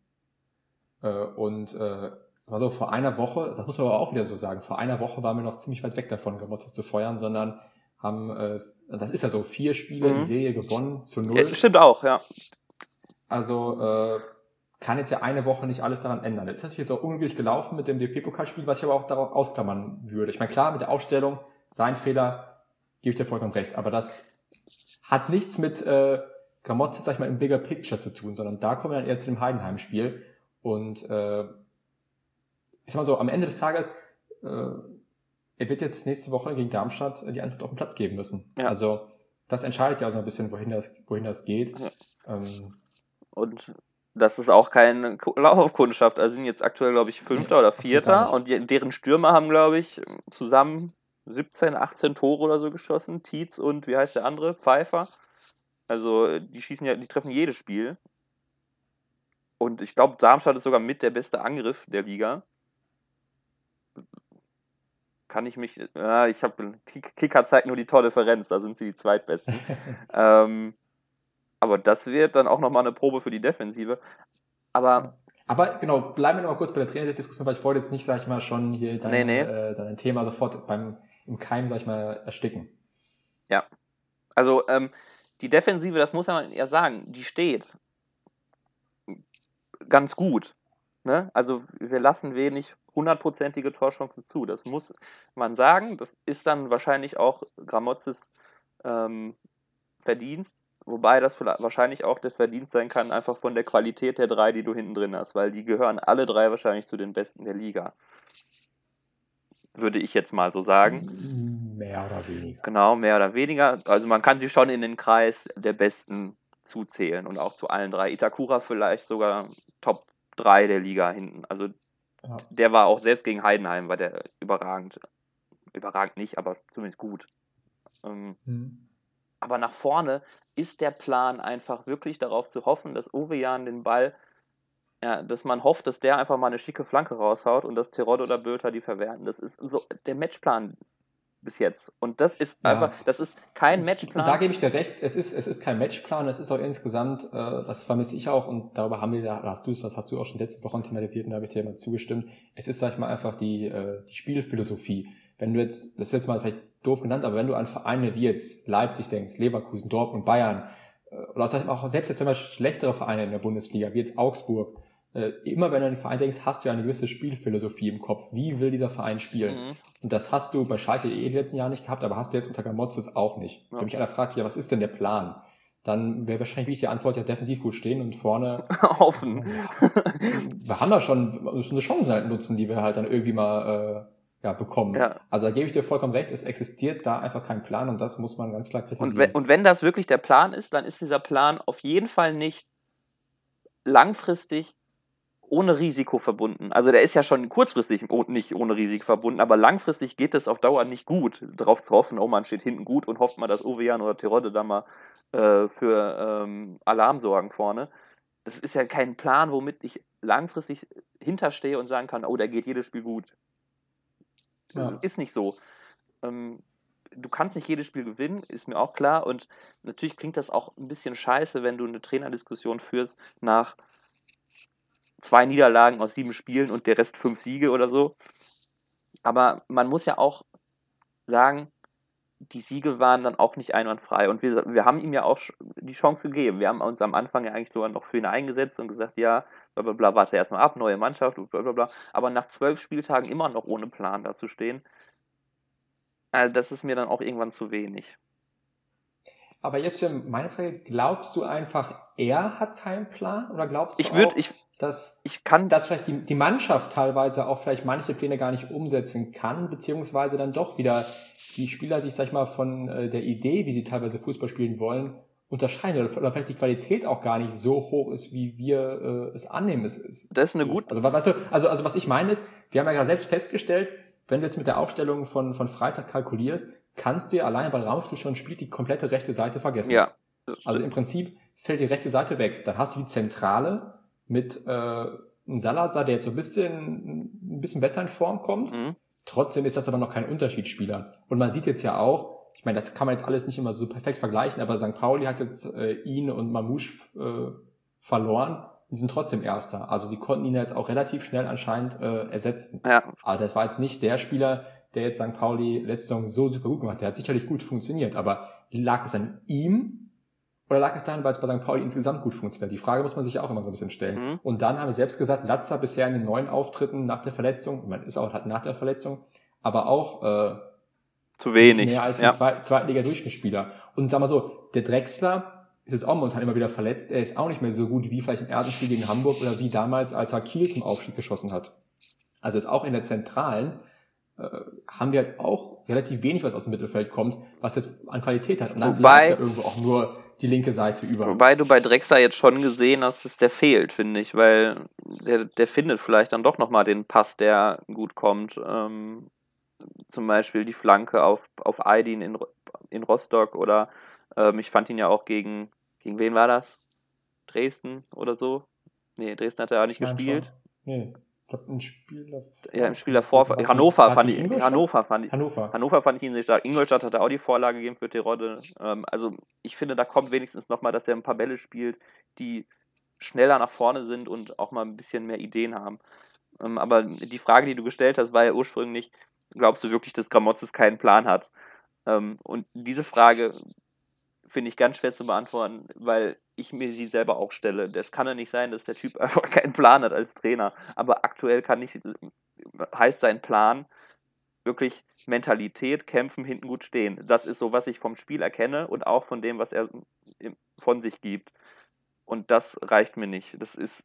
B: Also vor einer Woche, das muss man aber auch wieder so sagen, vor einer Woche waren wir noch ziemlich weit weg davon, Gramotzes zu feuern, sondern haben, das ist ja so, 4 Spiele in Serie gewonnen zu 0.
A: Ja, stimmt auch, ja.
B: Also kann jetzt ja eine Woche nicht alles daran ändern. Jetzt ist natürlich auch unglücklich gelaufen mit dem DFB-Pokalspiel, was ich aber auch darauf ausklammern würde. Ich meine, klar, mit der Aufstellung, sein Fehler, gebe ich dir vollkommen recht, aber das hat nichts mit Gramotzes, sag ich mal, im Bigger Picture zu tun, sondern da kommen wir dann eher zu dem Heidenheim-Spiel. Und ich sag mal so, am Ende des Tages, er wird jetzt nächste Woche gegen Darmstadt die Antwort auf den Platz geben müssen. Ja. Also das entscheidet ja auch so ein bisschen, wohin das geht.
A: Ja. Und das ist auch keine Laufkundschaft. Also sind jetzt aktuell, glaube ich, 5. oder 4. Und deren Stürmer haben, glaube ich, zusammen 17, 18 Tore oder so geschossen. Tietz und, wie heißt der andere? Pfeiffer. Also die treffen jedes Spiel. Und ich glaube, Darmstadt ist sogar mit der beste Angriff der Liga. Kicker zeigt nur die Tordifferenz, da sind sie die Zweitbesten. Aber das wird dann auch nochmal eine Probe für die Defensive. Aber
B: genau, bleiben wir noch mal kurz bei der Trainerdiskussion, weil ich wollte jetzt nicht, sag ich mal, schon hier dein Thema sofort im Keim, sag ich mal, ersticken.
A: Ja, also die Defensive, das muss man ja sagen, die steht ganz gut. Ne? Also wir lassen wenig 100%ige Torchancen zu. Das muss man sagen. Das ist dann wahrscheinlich auch Gramotzes Verdienst, wobei das wahrscheinlich auch der Verdienst sein kann, einfach von der Qualität der 3, die du hinten drin hast, weil die gehören alle 3 wahrscheinlich zu den Besten der Liga. Würde ich jetzt mal so sagen.
B: Mehr oder weniger.
A: Genau, mehr oder weniger. Also man kann sie schon in den Kreis der Besten zuzählen und auch zu allen 3. Itakura vielleicht sogar Top 3 der Liga hinten. Also der war auch selbst gegen Heidenheim, war der überragend. Überragend nicht, aber zumindest gut. Aber nach vorne ist der Plan einfach wirklich darauf zu hoffen, dass Ovejan den Ball, dass man hofft, dass der einfach mal eine schicke Flanke raushaut und dass Terodde oder Bülter die verwerten. Das ist so der Matchplan bis jetzt. Und das ist einfach, das ist kein Matchplan.
B: Da gebe ich dir recht, es ist kein Matchplan, es ist auch insgesamt, das vermisse ich auch und darüber hast du auch schon letzte Woche thematisiert und da habe ich dir mal zugestimmt. Es ist, sag ich mal, einfach die Spielphilosophie. Wenn du jetzt, das ist jetzt mal vielleicht doof genannt, aber wenn du an Vereine wie jetzt Leipzig denkst, Leverkusen, Dortmund, Bayern, oder sag ich mal auch selbst jetzt immer schlechtere Vereine in der Bundesliga, wie jetzt Augsburg, immer wenn du an den Verein denkst, hast du ja eine gewisse Spielphilosophie im Kopf. Wie will dieser Verein spielen? Und das hast du bei Schalke die letzten Jahre nicht gehabt, aber hast du jetzt unter Gramotzes auch nicht. Wenn mich einer fragt, was ist denn der Plan? Dann wäre wahrscheinlich die Antwort, defensiv gut stehen und vorne
A: offen.
B: Wir haben da schon eine Chancen halt nutzen, die wir halt dann irgendwie mal bekommen. Ja. Also da gebe ich dir vollkommen recht, es existiert da einfach kein Plan und das muss man ganz klar kritisieren.
A: Und wenn das wirklich der Plan ist, dann ist dieser Plan auf jeden Fall nicht langfristig ohne Risiko verbunden. Also der ist ja schon kurzfristig nicht ohne Risiko verbunden, aber langfristig geht es auf Dauer nicht gut, darauf zu hoffen, man steht hinten gut und hofft mal, dass Ovejan oder Terodde da mal für Alarm sorgen vorne. Das ist ja kein Plan, womit ich langfristig hinterstehe und sagen kann, da geht jedes Spiel gut. Ja. Das ist nicht so. Du kannst nicht jedes Spiel gewinnen, ist mir auch klar. Und natürlich klingt das auch ein bisschen scheiße, wenn du eine Trainerdiskussion führst nach 2 Niederlagen aus 7 Spielen und der Rest 5 Siege oder so. Aber man muss ja auch sagen, die Siege waren dann auch nicht einwandfrei. Und wir haben ihm ja auch die Chance gegeben. Wir haben uns am Anfang ja eigentlich sogar noch für ihn eingesetzt und gesagt, ja, blablabla, warte erstmal ab, neue Mannschaft, blablabla. Aber nach 12 Spieltagen immer noch ohne Plan da zu stehen, das ist mir dann auch irgendwann zu wenig.
B: Aber jetzt für meine Frage, glaubst du einfach, er hat keinen Plan? Oder glaubst du dass vielleicht die Mannschaft teilweise auch vielleicht manche Pläne gar nicht umsetzen kann, beziehungsweise dann doch wieder die Spieler sich, sag ich mal, von der Idee, wie sie teilweise Fußball spielen wollen, unterscheiden oder vielleicht die Qualität auch gar nicht so hoch ist, wie wir es annehmen.
A: Das ist eine gute...
B: Also, weißt du, also was ich meine ist, wir haben ja gerade selbst festgestellt, wenn du jetzt mit der Aufstellung von Freitag kalkulierst, kannst du ja alleine bei Raumschiff schon spielt die komplette rechte Seite vergessen.
A: Ja.
B: Also im Prinzip fällt die rechte Seite weg. Dann hast du die Zentrale mit einem Salazar, der jetzt so ein bisschen besser in Form kommt.
A: Mhm.
B: Trotzdem ist das aber noch kein Unterschiedsspieler. Und man sieht jetzt ja auch, ich meine, das kann man jetzt alles nicht immer so perfekt vergleichen, aber St. Pauli hat jetzt ihn und Mamouche verloren und sind trotzdem Erster. Also die konnten ihn jetzt auch relativ schnell anscheinend ersetzen.
A: Ja.
B: Aber das war jetzt nicht der Spieler, der jetzt St. Pauli letzte Saison so super gut gemacht hat. Der hat sicherlich gut funktioniert, aber lag es an ihm oder lag es daran, weil es bei St. Pauli insgesamt gut funktioniert? Die Frage muss man sich auch immer so ein bisschen stellen.
A: Mhm.
B: Und dann haben wir selbst gesagt, Latza bisher in den 9 Auftritten nach der Verletzung, man ist auch hat nach der Verletzung, aber auch
A: zu wenig.
B: Mehr als ein Zweitliga-Durchschnittsspieler. Und sag mal so, der Drexler ist jetzt auch momentan immer wieder verletzt. Er ist auch nicht mehr so gut wie vielleicht im ersten Spiel gegen Hamburg oder wie damals, als er Kiel zum Aufstieg geschossen hat. Also ist auch in der Zentralen haben wir halt auch relativ wenig, was aus dem Mittelfeld kommt, was jetzt an Qualität hat. Und dann bleibt ja irgendwo auch nur die linke Seite über.
A: Wobei du bei Drexler jetzt schon gesehen hast, dass der fehlt, finde ich, weil der findet vielleicht dann doch nochmal den Pass, der gut kommt. Zum Beispiel die Flanke auf Aydin in Rostock oder ich fand ihn ja auch gegen wen war das? Dresden oder so? Nee, Dresden hat er auch nicht gespielt.
B: Nee. Ich glaube, im Spiel davor.
A: Ja, im Spiel davor. Hannover fand ich ihn sehr stark. Ingolstadt hat auch die Vorlage gegeben für Terodde. Also ich finde, da kommt wenigstens nochmal, dass er ein paar Bälle spielt, die schneller nach vorne sind und auch mal ein bisschen mehr Ideen haben. Aber die Frage, die du gestellt hast, war ja ursprünglich, glaubst du wirklich, dass Gramotzes keinen Plan hat? Und diese Frage finde ich ganz schwer zu beantworten, weil ich mir sie selber auch stelle. Das kann ja nicht sein, dass der Typ einfach keinen Plan hat als Trainer. Aber aktuell heißt sein Plan wirklich Mentalität, kämpfen, hinten gut stehen. Das ist so, was ich vom Spiel erkenne und auch von dem, was er von sich gibt. Und das reicht mir nicht. Das ist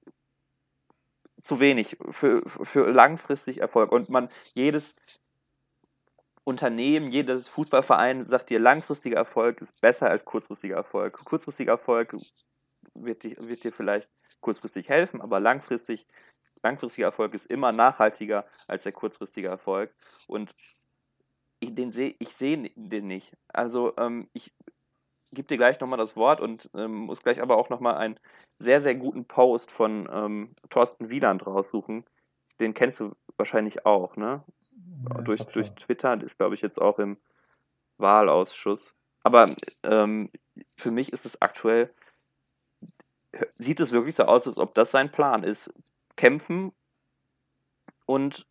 A: zu wenig für langfristig Erfolg. Und jedes Unternehmen, jedes Fußballverein sagt dir, langfristiger Erfolg ist besser als kurzfristiger Erfolg. Kurzfristiger Erfolg wird dir vielleicht kurzfristig helfen, aber langfristiger Erfolg ist immer nachhaltiger als der kurzfristige Erfolg. Und ich sehe den nicht. Also ich gebe dir gleich nochmal das Wort und muss gleich aber auch nochmal einen sehr, sehr guten Post von Thorsten Wieland raussuchen. Den kennst du wahrscheinlich auch, ne? Ja, durch Twitter, das ist, glaube ich, jetzt auch im Wahlausschuss. Aber für mich ist es aktuell, sieht es wirklich so aus, als ob das sein Plan ist. Kämpfen und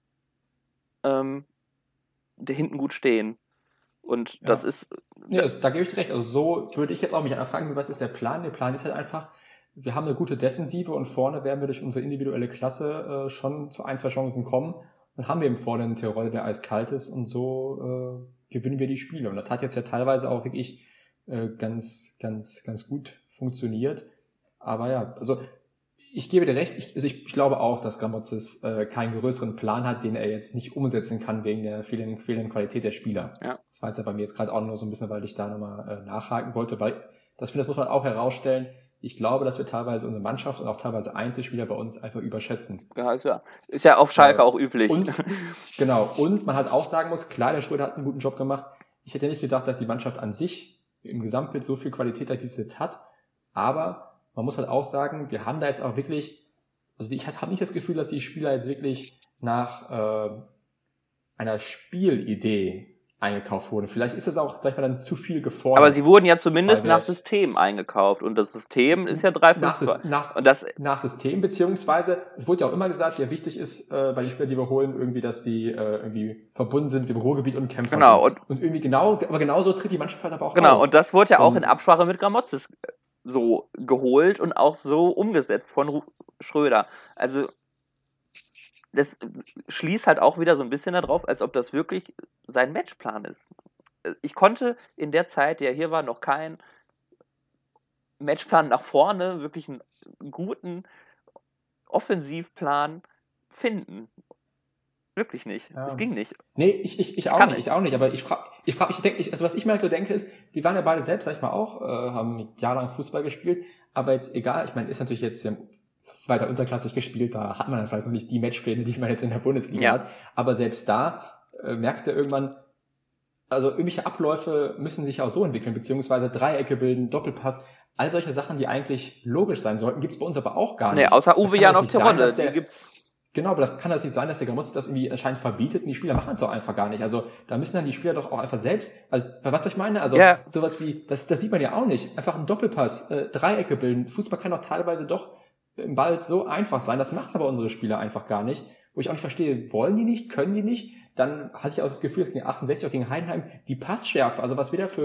A: hinten gut stehen. Und das ist...
B: Nee, also, da gebe ich dir recht. Also so würde ich jetzt auch mich fragen, was ist der Plan? Der Plan ist halt einfach, wir haben eine gute Defensive und vorne werden wir durch unsere individuelle Klasse schon zu 1, 2 Chancen kommen. Dann haben wir im Vorne einen Terodde, der eiskalt ist und so gewinnen wir die Spiele. Und das hat jetzt ja teilweise auch wirklich ganz gut funktioniert. Aber ja, also ich gebe dir recht, ich glaube auch, dass Gramotzes keinen größeren Plan hat, den er jetzt nicht umsetzen kann wegen der fehlenden Qualität der Spieler. Ja. Das war jetzt ja bei mir jetzt gerade auch nur so ein bisschen, weil ich da nochmal nachhaken wollte, weil das muss man auch herausstellen. Ich glaube, dass wir teilweise unsere Mannschaft und auch teilweise Einzelspieler bei uns einfach überschätzen.
A: Ja, ist ja auf Schalke auch üblich.
B: Und man halt auch sagen muss, klar, der Schröder hat einen guten Job gemacht. Ich hätte nicht gedacht, dass die Mannschaft an sich im Gesamtbild so viel Qualität hat, wie es jetzt hat. Aber man muss halt auch sagen, wir haben da jetzt auch wirklich, also ich habe nicht das Gefühl, dass die Spieler jetzt wirklich nach einer Spielidee eingekauft wurden. Vielleicht ist es auch, sag ich mal, dann zu viel gefordert.
A: Aber sie wurden ja zumindest nach System eingekauft und das System ist ja 3-5-2.
B: Nach System, beziehungsweise es wurde ja auch immer gesagt, ja wichtig ist bei den Spielern, die wir holen, irgendwie, dass sie irgendwie verbunden sind mit dem Ruhrgebiet und Kämpfer.
A: Genau.
B: Und irgendwie aber genauso tritt die Mannschaft halt aber auch
A: Genau,
B: auf.
A: und das wurde ja auch in Absprache mit Gramotzes so geholt und auch so umgesetzt von Schröder. Also das schließt halt auch wieder so ein bisschen darauf, als ob das wirklich sein Matchplan ist. Ich konnte in der Zeit, der hier war, noch keinen Matchplan nach vorne, wirklich einen guten Offensivplan finden. Wirklich nicht. Es ging nicht.
B: Nee, ich auch nicht. Aber ich frage also was ich mir halt so denke ist, die waren ja beide selbst, sag ich mal auch, haben jahrelang Fußball gespielt, aber jetzt egal, ich meine, ist natürlich jetzt weiter unterklassig gespielt, da hat man dann vielleicht noch nicht die Matchpläne, die man jetzt in der Bundesliga hat, aber selbst da merkst du irgendwann, also irgendwelche Abläufe müssen sich auch so entwickeln, beziehungsweise Dreiecke bilden, Doppelpass, all solche Sachen, die eigentlich logisch sein sollten, gibt's bei uns aber auch gar nicht.
A: Nee, außer Uwe Jan auf Tirode, die gibt's.
B: Genau, aber das kann das nicht sein, dass der Gramozis das irgendwie anscheinend verbietet und die Spieler machen es auch einfach gar nicht. Also da müssen dann die Spieler doch auch einfach selbst, also was ich meine, also sowas wie, das sieht man ja auch nicht, einfach ein Doppelpass, Dreiecke bilden. Fußball kann doch teilweise doch im Ball so einfach sein, das machen aber unsere Spieler einfach gar nicht. Wo ich auch nicht verstehe, wollen die nicht, können die nicht? Dann hatte ich auch das Gefühl, dass gegen 68 auch gegen Heidenheim die Passschärfe, also was wir da für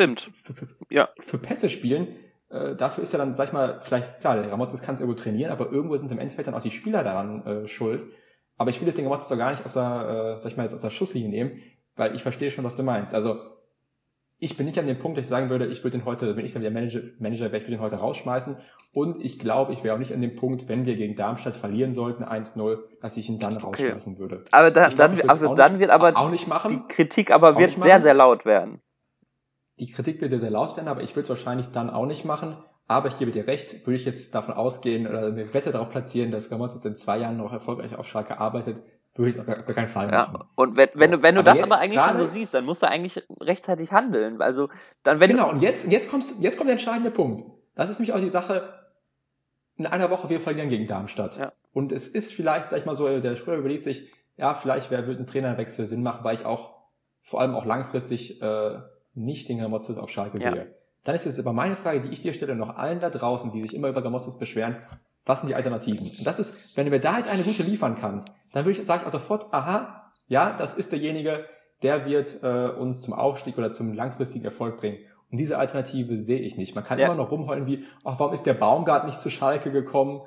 B: Pässe spielen, dafür ist ja dann, sag ich mal, vielleicht, klar, der Gramozis kann es irgendwo trainieren, aber irgendwo sind im Endeffekt dann auch die Spieler daran schuld. Aber ich will jetzt den Gramozis doch gar nicht aus der Schusslinie nehmen, weil ich verstehe schon, was du meinst. Also, ich bin nicht an dem Punkt, dass ich sagen würde, ich würde den heute, wenn ich dann wieder Manager wäre, ich würde den heute rausschmeißen. Und ich glaube, ich wäre auch nicht an dem Punkt, wenn wir gegen Darmstadt verlieren sollten, 1-0, dass ich ihn dann rausschmeißen würde.
A: Aber dann wird aber
B: auch nicht machen.
A: Die Kritik aber wird sehr, sehr laut werden.
B: Die Kritik wird sehr, sehr laut werden, aber ich würde es wahrscheinlich dann auch nicht machen. Aber ich gebe dir recht, würde ich jetzt davon ausgehen oder eine Wette darauf platzieren, dass Gramozis in 2 Jahren noch erfolgreich auf Schalke arbeitet, würde ich es auf gar keinen Fall machen.
A: Ja, und wenn du das aber eigentlich schon so siehst, dann musst du eigentlich rechtzeitig handeln. Also dann
B: und jetzt kommt der entscheidende Punkt. Das ist nämlich auch die Sache, in einer Woche wir verlieren gegen Darmstadt. Ja. Und es ist vielleicht, sag ich mal so, der Spieler überlegt sich, ja, vielleicht würde ein Trainerwechsel Sinn machen, weil ich auch vor allem auch langfristig nicht den Gramozis auf Schalke sehe. Dann ist jetzt aber meine Frage, die ich dir stelle, noch allen da draußen, die sich immer über Gramozis beschweren, was sind die Alternativen? Und das ist, wenn du mir da jetzt eine gute liefern kannst, dann sage ich auch sofort, aha, ja, das ist derjenige, der wird uns zum Aufstieg oder zum langfristigen Erfolg bringen. Und diese Alternative sehe ich nicht. Man kann immer noch rumheulen wie, ach, warum ist der Baumgart nicht zu Schalke gekommen?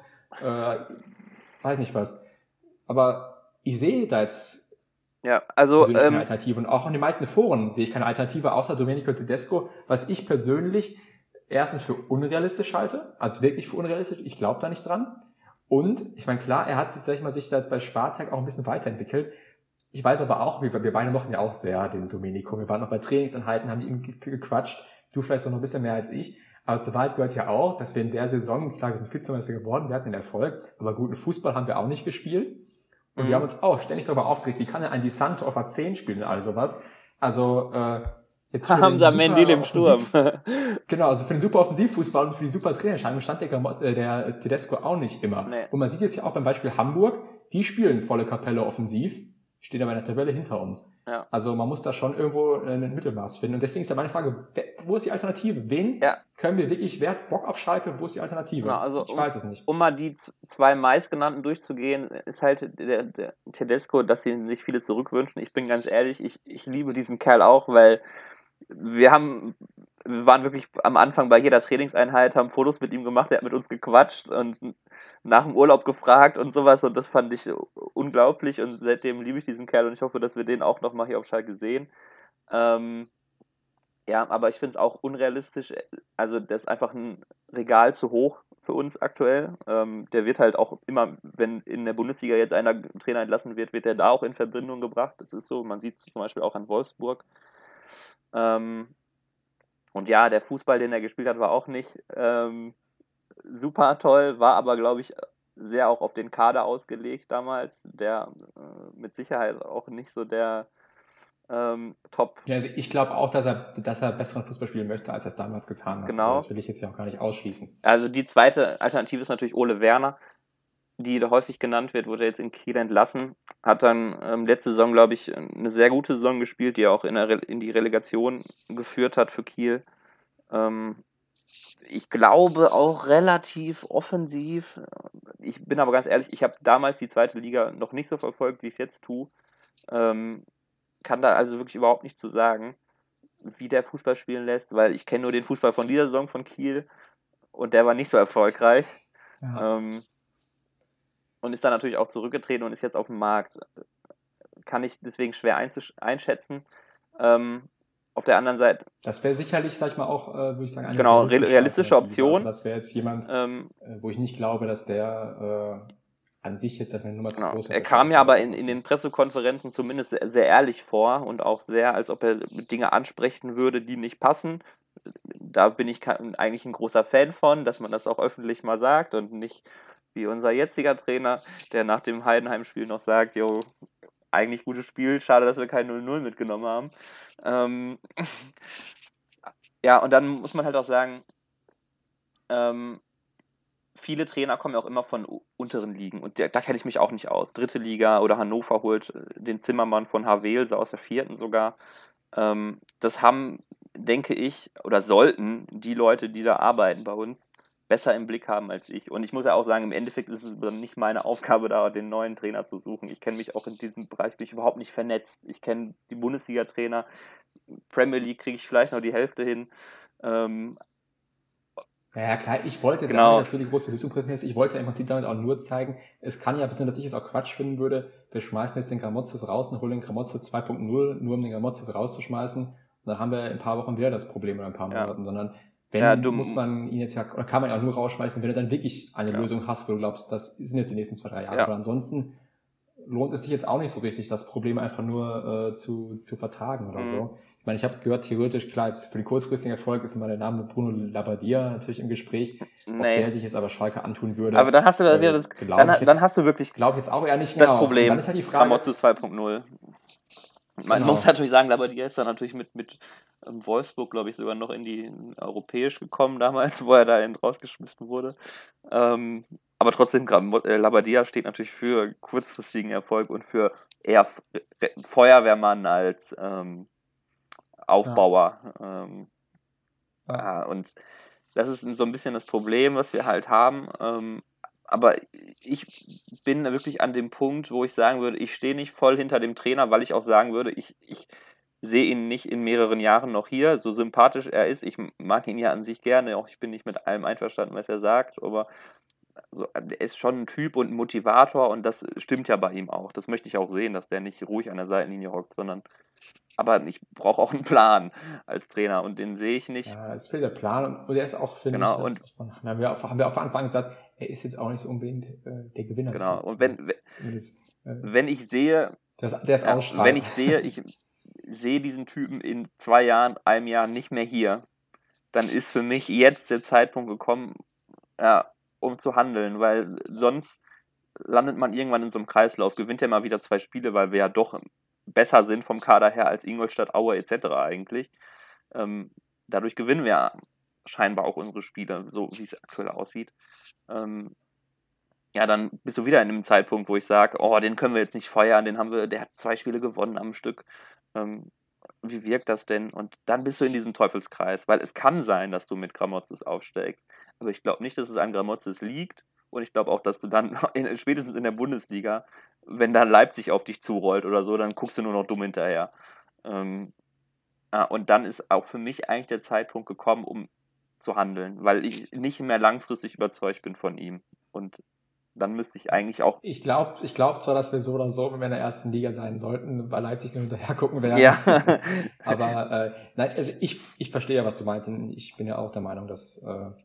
B: Weiß nicht was. Aber ich sehe da jetzt keine Alternative. Und auch in den meisten Foren sehe ich keine Alternative außer Domenico Tedesco, was ich persönlich erstens für unrealistisch halte, also wirklich für unrealistisch, ich glaube da nicht dran. Und, ich meine, klar, er hat sich, sag ich mal, bei Spartak auch ein bisschen weiterentwickelt. Ich weiß aber auch, wir beide mochten ja auch sehr den Domenico. Wir waren noch bei Trainingseinheiten, haben ihm gequatscht. Du vielleicht noch ein bisschen mehr als ich. Aber zur Wahrheit gehört ja auch, dass wir in der Saison, klar, wir sind Vizemeister geworden, wir hatten den Erfolg, aber guten Fußball haben wir auch nicht gespielt. Und wir haben uns auch ständig darüber aufgeregt, wie kann er ein Di Santo auf A10 spielen und all sowas. Also,
A: jetzt haben sie Mendil im Sturm.
B: Genau, also für den super Offensivfußball und für die super Trainerentscheidung stand der Tedesco auch nicht immer. Nee. Und man sieht jetzt ja auch beim Beispiel Hamburg, die spielen volle Kapelle offensiv, stehen aber in der Tabelle hinter uns. Ja. Also man muss da schon irgendwo ein Mittelmaß finden. Und deswegen ist ja meine Frage, wo ist die Alternative? Wen können wir wirklich, wer hat Bock auf Schalke, wo ist die Alternative?
A: Genau, also
B: ich weiß es nicht.
A: Um mal die 2 meistgenannten durchzugehen, ist halt der Tedesco, dass sie sich viele zurückwünschen. Ich bin ganz ehrlich, ich liebe diesen Kerl auch, weil wir waren wirklich am Anfang bei jeder Trainingseinheit, haben Fotos mit ihm gemacht, er hat mit uns gequatscht und nach dem Urlaub gefragt und sowas und das fand ich unglaublich und seitdem liebe ich diesen Kerl und ich hoffe, dass wir den auch nochmal hier auf Schalke sehen. Aber ich finde es auch unrealistisch, also das ist einfach ein Regal zu hoch für uns aktuell. Der wird halt auch immer, wenn in der Bundesliga jetzt einer Trainer entlassen wird, wird der da auch in Verbindung gebracht. Das ist so, man sieht es zum Beispiel auch an Wolfsburg. Und ja, der Fußball, den er gespielt hat, war auch nicht super toll, war aber, glaube ich, sehr auch auf den Kader ausgelegt damals, der mit Sicherheit auch nicht so der Top.
B: Ja, also ich glaube auch, dass er besseren Fußball spielen möchte, als er es damals getan hat.
A: Genau.
B: Das will ich jetzt ja auch gar nicht ausschließen.
A: Also die zweite Alternative ist natürlich Ole Werner, die da häufig genannt wird, wurde jetzt in Kiel entlassen, hat dann letzte Saison, glaube ich, eine sehr gute Saison gespielt, die er auch in die Relegation geführt hat für Kiel. Ich glaube auch relativ offensiv. Ich bin aber ganz ehrlich, ich habe damals die zweite Liga noch nicht so verfolgt, wie ich es jetzt tue. Kann da also wirklich überhaupt nichts zu sagen, wie der Fußball spielen lässt, weil ich kenne nur den Fußball von dieser Saison von Kiel und der war nicht so erfolgreich. Ja. Und ist dann natürlich auch zurückgetreten und ist jetzt auf dem Markt. Kann ich deswegen schwer einschätzen. Auf der anderen Seite...
B: Das wäre sicherlich, sag ich mal, auch, würde ich sagen,
A: eine realistische Option.
B: Also das wäre jetzt jemand, wo ich nicht glaube, dass der an sich jetzt eine Nummer zu
A: Genau.
B: groß.
A: Er kam ja aber in den Pressekonferenzen zumindest sehr, sehr ehrlich vor und auch sehr, als ob er Dinge ansprechen würde, die nicht passen. Da bin ich eigentlich ein großer Fan von, dass man das auch öffentlich mal sagt und nicht wie unser jetziger Trainer, der nach dem Heidenheim-Spiel noch sagt, jo, eigentlich gutes Spiel, schade, dass wir kein 0-0 mitgenommen haben. Ja, und dann muss man halt auch sagen, viele Trainer kommen ja auch immer von unteren Ligen und da kenne ich mich auch nicht aus. 3. Liga oder Hannover holt den Zimmermann von Havelse aus der 4. sogar. Das haben, denke ich, oder sollten die Leute, die da arbeiten bei uns, besser im Blick haben als ich. Und ich muss ja auch sagen, im Endeffekt ist es dann nicht meine Aufgabe, da den neuen Trainer zu suchen. Ich kenne mich auch in diesem Bereich bin ich überhaupt nicht vernetzt. Ich kenne die Bundesliga-Trainer, Premier League kriege ich vielleicht noch die Hälfte hin.
B: Ja, klar, ich wollte jetzt
A: Genau.
B: auch nicht dazu die große Lösung präsentieren. Ich wollte im Prinzip damit auch nur zeigen, es kann ja, bisschen, dass ich es auch Quatsch finden würde, wir schmeißen jetzt den Gramotzes raus und holen den Gramotzes 2.0, nur um den Gramotzes rauszuschmeißen. Und dann haben wir in ein paar Wochen wieder das Problem oder ein paar Monaten, sondern wenn, muss man ihn jetzt ja, oder kann man ihn auch nur rausschmeißen, wenn du dann wirklich eine Lösung hast, wo du glaubst, das sind jetzt die nächsten 2-3 Jahre. Aber ansonsten lohnt es sich jetzt auch nicht so richtig, das Problem einfach nur zu vertagen oder so. Ich meine, ich habe gehört, theoretisch, klar, jetzt für den kurzfristigen Erfolg ist immer der Name Bruno Labbadia natürlich im Gespräch, ob der sich jetzt aber Schalke antun würde.
A: Aber dann hast du da wieder das, dann hast du wirklich
B: glaube jetzt auch eher nicht
A: das Problem,
B: dann ist halt die Frage,
A: Gramotzes 2.0. Man muss natürlich sagen, Labbadia ist dann natürlich mit Wolfsburg, glaube ich, sogar noch in die europäisch gekommen damals, wo er da rausgeschmissen wurde. Aber trotzdem, Labbadia steht natürlich für kurzfristigen Erfolg und für eher Feuerwehrmann als Aufbauer. Und das ist so ein bisschen das Problem, was wir halt haben. Aber ich bin wirklich an dem Punkt, wo ich sagen würde, ich stehe nicht voll hinter dem Trainer, weil ich auch sagen würde, ich sehe ihn nicht in mehreren Jahren noch hier, so sympathisch er ist. Ich mag ihn ja an sich gerne, auch ich bin nicht mit allem einverstanden, was er sagt, aber also, er ist schon ein Typ und ein Motivator und das stimmt ja bei ihm auch. Das möchte ich auch sehen, dass der nicht ruhig an der Seitenlinie hockt, sondern aber ich brauche auch einen Plan als Trainer und den sehe ich nicht.
B: Ja, es fehlt der Plan und er ist auch, finde
A: ich,
B: und haben wir von Anfang an gesagt, er ist jetzt auch nicht so unbedingt der Gewinner.
A: Genau, und wenn ich sehe, wenn ich sehe diesen Typen in 2 Jahren, einem Jahr nicht mehr hier, dann ist für mich jetzt der Zeitpunkt gekommen, um zu handeln, weil sonst landet man irgendwann in so einem Kreislauf, gewinnt ja mal wieder 2 Spiele, weil wir ja doch besser sind vom Kader her als Ingolstadt, Aue etc. eigentlich. Dadurch gewinnen wir scheinbar auch unsere Spiele, so wie es aktuell aussieht. Dann bist du wieder in einem Zeitpunkt, wo ich sage, den können wir jetzt nicht feuern, der hat 2 Spiele gewonnen am Stück. Wie wirkt das denn? Und dann bist du in diesem Teufelskreis, weil es kann sein, dass du mit Gramotzes aufsteigst. Aber ich glaube nicht, dass es an Gramotzes liegt. Und ich glaube auch, dass du dann spätestens in der Bundesliga, wenn dann Leipzig auf dich zurollt oder so, dann guckst du nur noch dumm hinterher. Und dann ist auch für mich eigentlich der Zeitpunkt gekommen, um zu handeln, weil ich nicht mehr langfristig überzeugt bin von ihm. Und dann müsste ich eigentlich auch...
B: Ich glaube zwar, dass wir so oder so, wenn wir in der ersten Liga sein sollten, bei Leipzig nur hinterher gucken werden.
A: Ja.
B: Aber nein, also ich verstehe ja, was du meinst. Und ich bin ja auch der Meinung, dass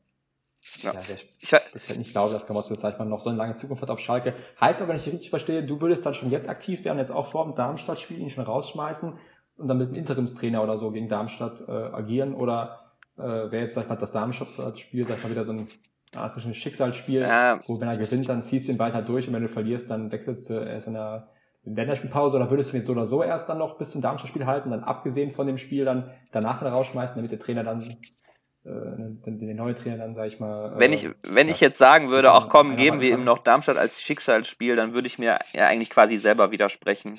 B: ich nicht glaube, dass Gramotzes, sag ich mal, noch so eine lange Zukunft hat auf Schalke. Heißt aber, wenn ich dich richtig verstehe, du würdest dann schon jetzt aktiv werden, jetzt auch vor dem Darmstadt-Spiel ihn schon rausschmeißen und dann mit dem Interimstrainer oder so gegen Darmstadt agieren, oder wäre jetzt, sag ich mal, das Darmstadt-Spiel, sag ich mal, wieder so ein Schicksalsspiel, wo wenn er gewinnt, dann ziehst du ihn weiter durch und wenn du verlierst, dann wechselst du erst in der Länderspielpause, oder würdest du ihn jetzt so oder so erst dann noch bis zum Darmstadt-Spiel halten, dann abgesehen von dem Spiel dann danach rausschmeißen, damit der Trainer dann der neue Trainer dann, sag ich mal...
A: Wenn ich jetzt sagen würde, ach komm, geben wir ihm noch Darmstadt als Schicksalsspiel, dann würde ich mir ja eigentlich quasi selber widersprechen.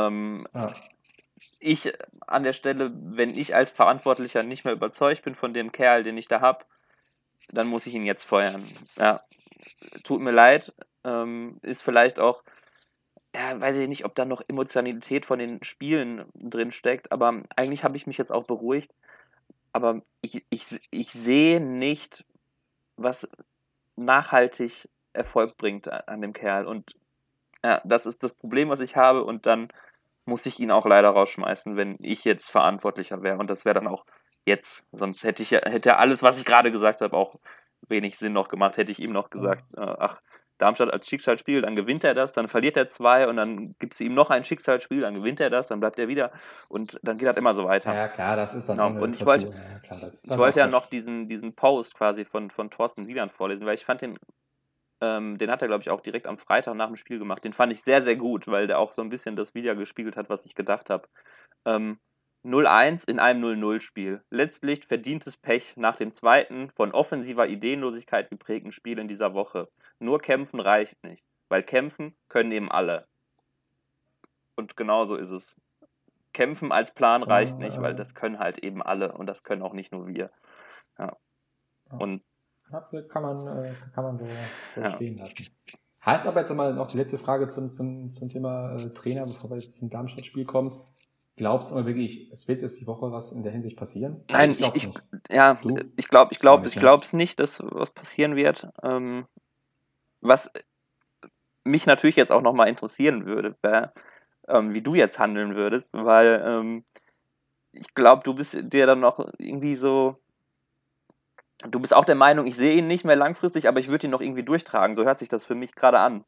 A: Ich an der Stelle, wenn ich als Verantwortlicher nicht mehr überzeugt bin von dem Kerl, den ich da habe, dann muss ich ihn jetzt feuern. Ja, tut mir leid, ist vielleicht auch, weiß ich nicht, ob da noch Emotionalität von den Spielen drin steckt, aber eigentlich habe ich mich jetzt auch beruhigt. Aber ich sehe nicht, was nachhaltig Erfolg bringt an dem Kerl. Und das ist das Problem, was ich habe. Und dann muss ich ihn auch leider rausschmeißen, wenn ich jetzt Verantwortlicher wäre. Und das wäre dann auch jetzt. Sonst hätte alles, was ich gerade gesagt habe, auch wenig Sinn noch gemacht. Hätte ich ihm noch gesagt, Darmstadt als Schicksalsspiel, dann gewinnt er das, dann verliert er 2 und dann gibt es ihm noch ein Schicksalsspiel, dann gewinnt er das, dann bleibt er wieder und dann geht das immer so weiter.
B: Ja, klar, das ist dann
A: Genau. Und ich wollte ja noch diesen Post quasi von Thorsten Wieland vorlesen, weil ich fand den hat er, glaube ich, auch direkt am Freitag nach dem Spiel gemacht. Den fand ich sehr, sehr gut, weil der auch so ein bisschen das wiedergespiegelt hat, was ich gedacht habe. 0-1 in einem 0-0-Spiel. Letztlich verdientes Pech nach dem zweiten von offensiver Ideenlosigkeit geprägten Spiel in dieser Woche. Nur kämpfen reicht nicht, weil kämpfen können eben alle. Und genau so ist es. Kämpfen als Plan reicht nicht, weil das können halt eben alle und das können auch nicht nur wir. Ja. Und
B: kann man so stehen lassen. Heißt aber jetzt einmal noch die letzte Frage zum Thema Trainer, bevor wir jetzt zum Darmstadt-Spiel kommen. Glaubst du aber wirklich, es wird jetzt die Woche was in der Hinsicht passieren?
A: Nein, ich glaube es nicht, dass was passieren wird. Was mich natürlich jetzt auch nochmal interessieren würde, wäre, wie du jetzt handeln würdest, weil ich glaube, du bist dir dann noch irgendwie so, du bist auch der Meinung, ich sehe ihn nicht mehr langfristig, aber ich würde ihn noch irgendwie durchtragen. So hört sich das für mich gerade an.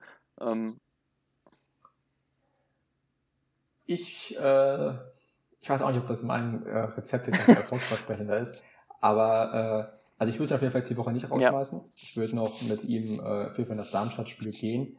B: Ich weiß auch nicht, ob das mein Rezept jetzt erfolgsversprechender ist, aber also ich würde auf jeden Fall jetzt die Woche nicht rausschmeißen. Ja. Ich würde noch mit ihm auf jeden Fall in das Darmstadt-Spiel gehen.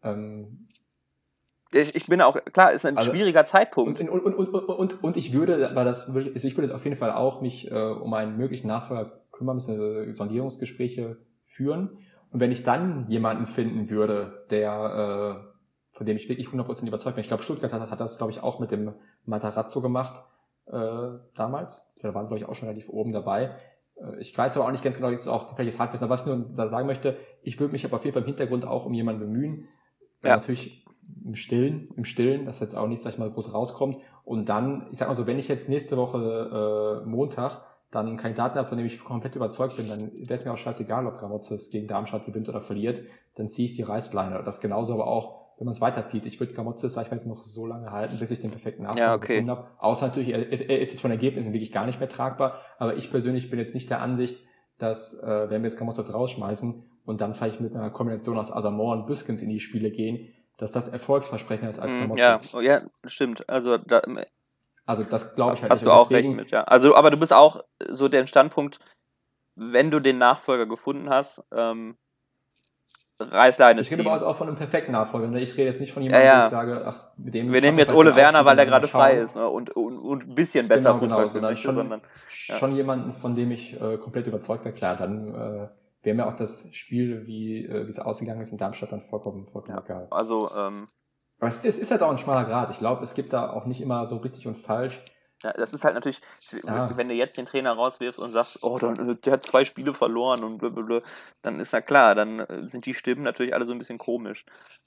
A: Ich bin auch, klar, ist ein schwieriger Zeitpunkt.
B: Und ich würde, ich würde auf jeden Fall auch mich um einen möglichen Nachfolger kümmern, müssen Sondierungsgespräche führen. Und wenn ich dann jemanden finden würde, der von dem ich wirklich 100% überzeugt bin. Ich glaube, Stuttgart hat das, glaube ich, auch mit dem Matarazzo gemacht damals. Da waren sie, glaube ich, auch schon relativ oben dabei. Ich weiß aber auch nicht ganz genau, das ist auch komplettes Halbwissen. Aber was ich nur da sagen möchte, ich würde mich aber auf jeden Fall im Hintergrund auch um jemanden bemühen. Ja. Natürlich im Stillen, dass jetzt auch nicht, sag ich mal, groß rauskommt. Und dann, ich sag mal so, wenn ich jetzt nächste Woche Montag dann einen Kandidaten habe, von dem ich komplett überzeugt bin, dann wäre es mir auch scheißegal, ob Gramotzes gegen Darmstadt gewinnt oder verliert. Dann ziehe ich die Reißleine. Das genauso aber auch, wenn man es weiterzieht. Ich würde Gramotzes, sag ich mal, jetzt noch so lange halten, bis ich den perfekten Nachfolger gefunden habe. Außer natürlich, er ist jetzt von Ergebnissen wirklich gar nicht mehr tragbar. Aber ich persönlich bin jetzt nicht der Ansicht, dass, wenn wir jetzt Gramotzes rausschmeißen und dann vielleicht mit einer Kombination aus Asamoah und Büskens in die Spiele gehen, dass das erfolgsversprechender ist als Gramotzes.
A: Ja, stimmt. Also
B: das glaube ich halt.
A: Hast du auch recht mit, ja. Also, aber du bist auch so der Standpunkt, wenn du den Nachfolger gefunden hast, Reißleine ziehen.
B: Ich rede aber auch von einem perfekten Nachfolger. Ich rede jetzt nicht von jemandem, wo ich sage, ach, mit dem...
A: Wir nehmen jetzt Ole Werner, weil der gerade frei ist, ne? und ein bisschen besser Fußball
B: spielen möchte, sondern schon jemanden, von dem ich komplett überzeugt wäre. Klar, dann wäre mir auch das Spiel, wie es ausgegangen ist in Darmstadt, dann vollkommen egal.
A: Also,
B: aber es ist halt auch ein schmaler Grad. Ich glaube, es gibt da auch nicht immer so richtig und falsch.
A: Ja, das ist halt natürlich, wenn du jetzt den Trainer rauswirfst und sagst, oh, der hat 2 Spiele verloren und blablabla, dann ist ja klar, dann sind die Stimmen natürlich alle so ein bisschen komisch.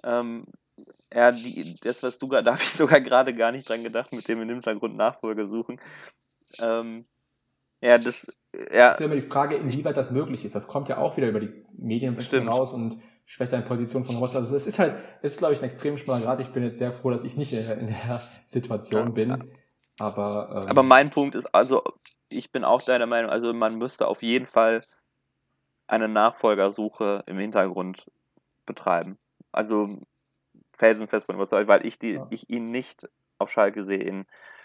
A: Das, was da habe ich sogar gerade gar nicht dran gedacht, mit dem im Hintergrund Nachfolger suchen.
B: Das ist ja immer die Frage, inwieweit das möglich ist. Das kommt ja auch wieder über die Medien raus und schwächt eine Position von Ross. Also es ist, glaube ich, ein extrem schmaler Grad. Ich bin jetzt sehr froh, dass ich nicht in der Situation bin. Ja. Aber
A: mein Punkt ist, also ich bin auch deiner Meinung, also man müsste auf jeden Fall eine Nachfolgersuche im Hintergrund betreiben. Also felsenfest von was, weil ich ihn nicht auf Schalke sehe in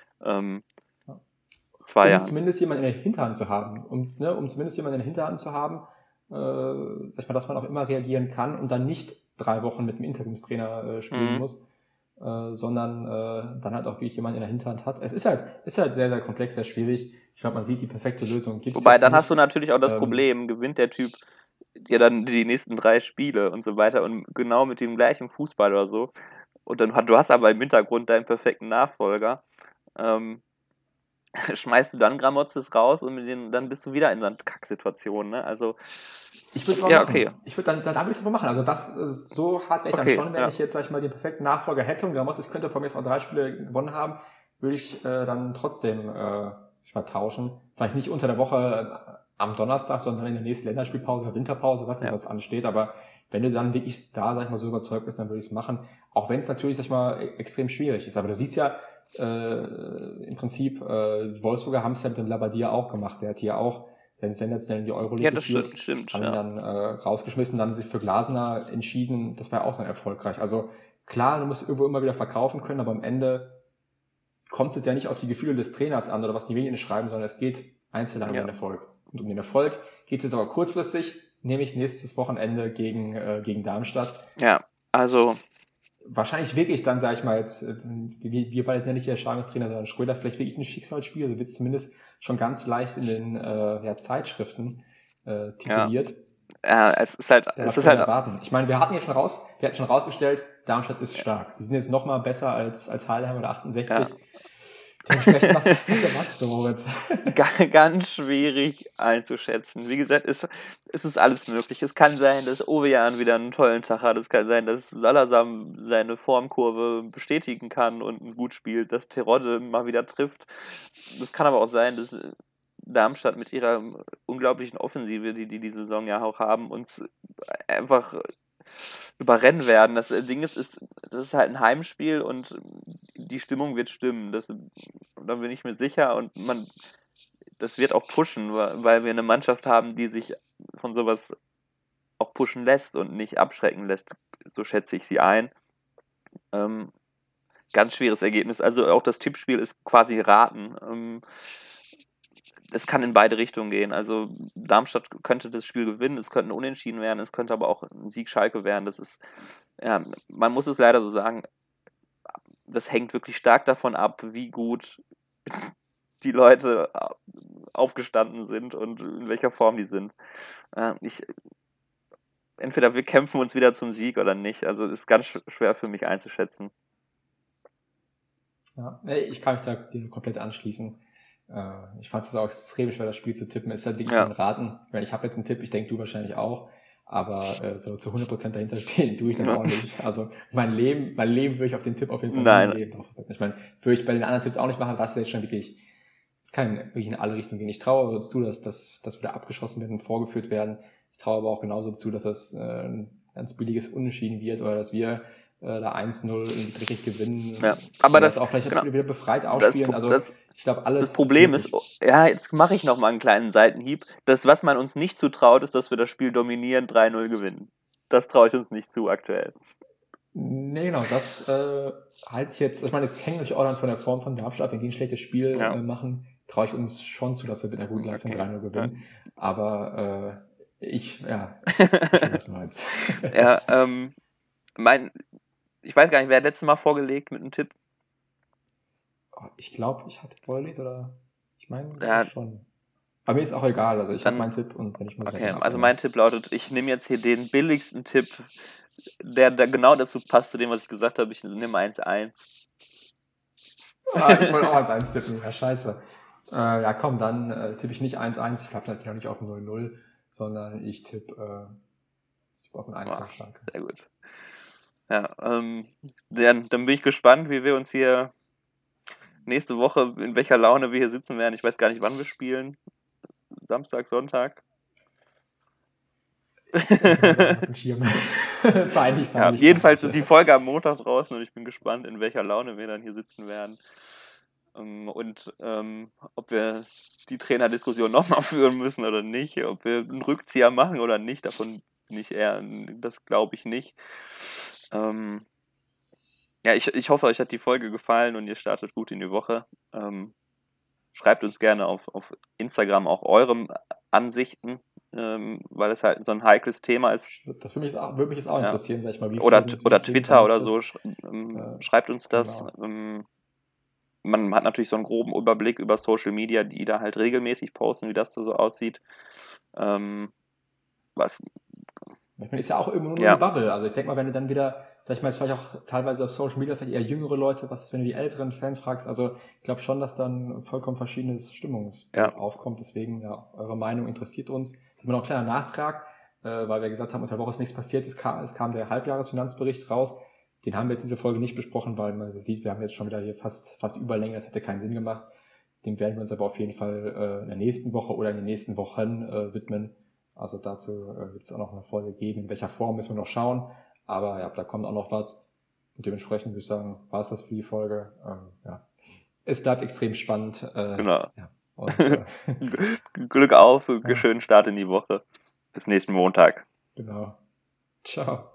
A: 2 Jahren.
B: Zumindest jemanden in der Hinterhand zu haben. Zumindest jemanden in der Hinterhand zu haben, sag ich mal, dass man auch immer reagieren kann und dann nicht 3 Wochen mit dem Interimstrainer spielen muss. Sondern dann halt auch wie ich jemanden in der Hinterhand hat. Es ist halt sehr, sehr komplex, sehr schwierig. Ich glaube, man sieht die perfekte Lösung.
A: Wobei, dann hast du natürlich auch das Problem, gewinnt der Typ ja dann die nächsten 3 Spiele und so weiter und genau mit dem gleichen Fußball oder so. Und dann du hast aber im Hintergrund deinen perfekten Nachfolger. Schmeißt du dann Gramotzes raus und dann bist du wieder in so einer Kacksituation, ne? Also
B: ich würde es machen. Okay. Ich würde da würde ich es aber machen. Also das so hart wäre ich dann schon, wenn ich jetzt, sag ich mal, den perfekten Nachfolger hätte und Gramotzes könnte von mir jetzt auch 3 Spiele gewonnen haben, würde ich dann trotzdem tauschen. Vielleicht nicht unter der Woche am Donnerstag, sondern in der nächsten Länderspielpause oder Winterpause, was nicht was ansteht. Aber wenn du dann wirklich da, sag ich mal, so überzeugt bist, dann würde ich es machen. Auch wenn es natürlich, sag ich mal, extrem schwierig ist. Aber du siehst ja, im Prinzip, die Wolfsburger haben es ja mit dem Labbadia auch gemacht. Der hat hier auch sensationell in die Euroleague
A: Ja, das
B: geführt.
A: stimmt.
B: Haben ihn dann rausgeschmissen, dann sich für Glasner entschieden. Das war ja auch dann erfolgreich. Also klar, du musst irgendwo immer wieder verkaufen können, aber am Ende kommt es jetzt ja nicht auf die Gefühle des Trainers an oder was die Medien schreiben, sondern es geht einzeln um den Erfolg. Und um den Erfolg geht es jetzt aber kurzfristig, nämlich nächstes Wochenende gegen Darmstadt.
A: Ja, also
B: wahrscheinlich wirklich dann, sag ich mal jetzt, wir beide sind ja nicht der Erscheinungstrainer, sondern Schröder, vielleicht wirklich ein Schicksalsspiel, also wird es zumindest schon ganz leicht in den Zeitschriften tituliert.
A: Ja, es ist halt
B: erwarten. Ich meine, wir hatten schon rausgestellt, Darmstadt ist stark. Die sind jetzt noch mal besser als Heidelheim oder 68. Ja. Dementsprechend, was erwartest du, Moritz?
A: Ganz schwierig einzuschätzen. Wie gesagt, es ist alles möglich. Es kann sein, dass Ovejan wieder einen tollen Tag hat. Es kann sein, dass Salasam seine Formkurve bestätigen kann und gut spielt, dass Terodde mal wieder trifft. Das kann aber auch sein, dass Darmstadt mit ihrer unglaublichen Offensive, die Saison ja auch haben, uns einfach überrennen werden. Das Ding ist, das ist halt ein Heimspiel und die Stimmung wird stimmen. Da bin ich mir sicher und das wird auch pushen, weil wir eine Mannschaft haben, die sich von sowas auch pushen lässt und nicht abschrecken lässt. So schätze ich sie ein. Ganz schweres Ergebnis. Also auch das Tippspiel ist quasi Raten. Es kann in beide Richtungen gehen. Also Darmstadt könnte das Spiel gewinnen, es könnte ein Unentschieden werden, es könnte aber auch ein Sieg Schalke werden. Das ist, ja, man muss es leider so sagen, das hängt wirklich stark davon ab, wie gut die Leute aufgestanden sind und in welcher Form die sind. Entweder wir kämpfen uns wieder zum Sieg oder nicht. Also ist ganz schwer für mich einzuschätzen.
B: Ja, ich kann mich da komplett anschließen. Ich fand es auch extrem schwer, das Spiel zu tippen. Es ist halt wirklich ein Raten. Ich habe jetzt einen Tipp, ich denke, du wahrscheinlich auch. Aber so zu 100% dahinter stehen tue ich dann auch nicht. Also mein Leben würde ich auf den Tipp auf jeden Fall nicht leben. Ich meine, würde ich bei den anderen Tipps auch nicht machen, was jetzt schon wirklich, es kann wirklich in alle Richtungen gehen. Ich traue uns zu, dass wir da abgeschossen werden und vorgeführt werden. Ich traue aber auch genauso zu, dass das ein ganz billiges Unentschieden wird oder dass wir da 1-0 irgendwie dreckig gewinnen.
A: Ja, aber das
B: auch vielleicht wieder befreit ausspielen. Ich glaube, alles.
A: Das Problem ist, jetzt mache ich nochmal einen kleinen Seitenhieb. Das, was man uns nicht zutraut, ist, dass wir das Spiel dominieren, 3-0 gewinnen. Das traue ich uns nicht zu aktuell.
B: Nee, genau, das halte ich jetzt. Ich meine, das hängt natürlich auch dann von der Form von Darmstadt ab. Wenn die ein schlechtes Spiel machen, traue ich uns schon zu, dass wir mit einer guten Leistung 3-0 gewinnen. Ja. Aber ich weiß noch jetzt.
A: Ja, ich weiß gar nicht, wer hat letztes Mal vorgelegt mit einem Tipp?
B: Ich glaube, ich hatte vorgelegt oder ich meine schon. Aber mir ist auch egal, also ich habe meinen Tipp und wenn ich muss.
A: Okay, also mein Tipp lautet, ich nehme jetzt hier den billigsten Tipp, der genau dazu passt, zu dem, was ich gesagt habe. Ich nehme 1-1.
B: Ich wollte auch 1-1 tippen, ja scheiße. Ja komm, dann tippe ich nicht 1-1, ich bleibe natürlich auch nicht auf 0-0, sondern ich tippe auf ein 1-0 Schalke.
A: Sehr gut. Ja, dann bin ich gespannt, wie wir uns hier nächste Woche, in welcher Laune wir hier sitzen werden. Ich weiß gar nicht, wann wir spielen. Samstag, Sonntag. Jedenfalls ist die Folge am Montag draußen und ich bin gespannt, in welcher Laune wir dann hier sitzen werden. Und ob wir die Trainerdiskussion nochmal führen müssen oder nicht, ob wir einen Rückzieher machen oder nicht, davon nicht eher, das glaube ich nicht. Ich hoffe, euch hat die Folge gefallen und ihr startet gut in die Woche. Schreibt uns gerne auf Instagram auch eure Ansichten, weil es halt so ein heikles Thema ist.
B: Das würde mich jetzt auch interessieren, sag ich mal.
A: Oder Twitter oder so, schreibt uns das. Genau. Man hat natürlich so einen groben Überblick über Social Media, die da halt regelmäßig posten, wie das da so aussieht.
B: Ist ja auch immer nur eine Bubble. Also ich denke mal, wenn du dann wieder, sag ich mal, ist vielleicht auch teilweise auf Social Media vielleicht eher jüngere Leute, was ist, wenn du die älteren Fans fragst? Also ich glaube schon, dass dann vollkommen verschiedenes Stimmungsbild aufkommt. Deswegen, eure Meinung interessiert uns. Immer noch ein kleiner Nachtrag, weil wir gesagt haben, unter der Woche ist nichts passiert. Es kam der Halbjahresfinanzbericht raus. Den haben wir jetzt diese Folge nicht besprochen, weil man sieht, wir haben jetzt schon wieder hier fast Überlänge. Das hätte keinen Sinn gemacht. Dem werden wir uns aber auf jeden Fall in der nächsten Woche oder in den nächsten Wochen widmen. Also dazu wird es auch noch eine Folge geben. In welcher Form müssen wir noch schauen. Aber da kommt auch noch was. Und dementsprechend würde ich sagen, war es das für die Folge. Es bleibt extrem spannend.
A: Genau.
B: Ja. Und,
A: Glück auf, schönen Start in die Woche. Bis nächsten Montag.
B: Genau. Ciao.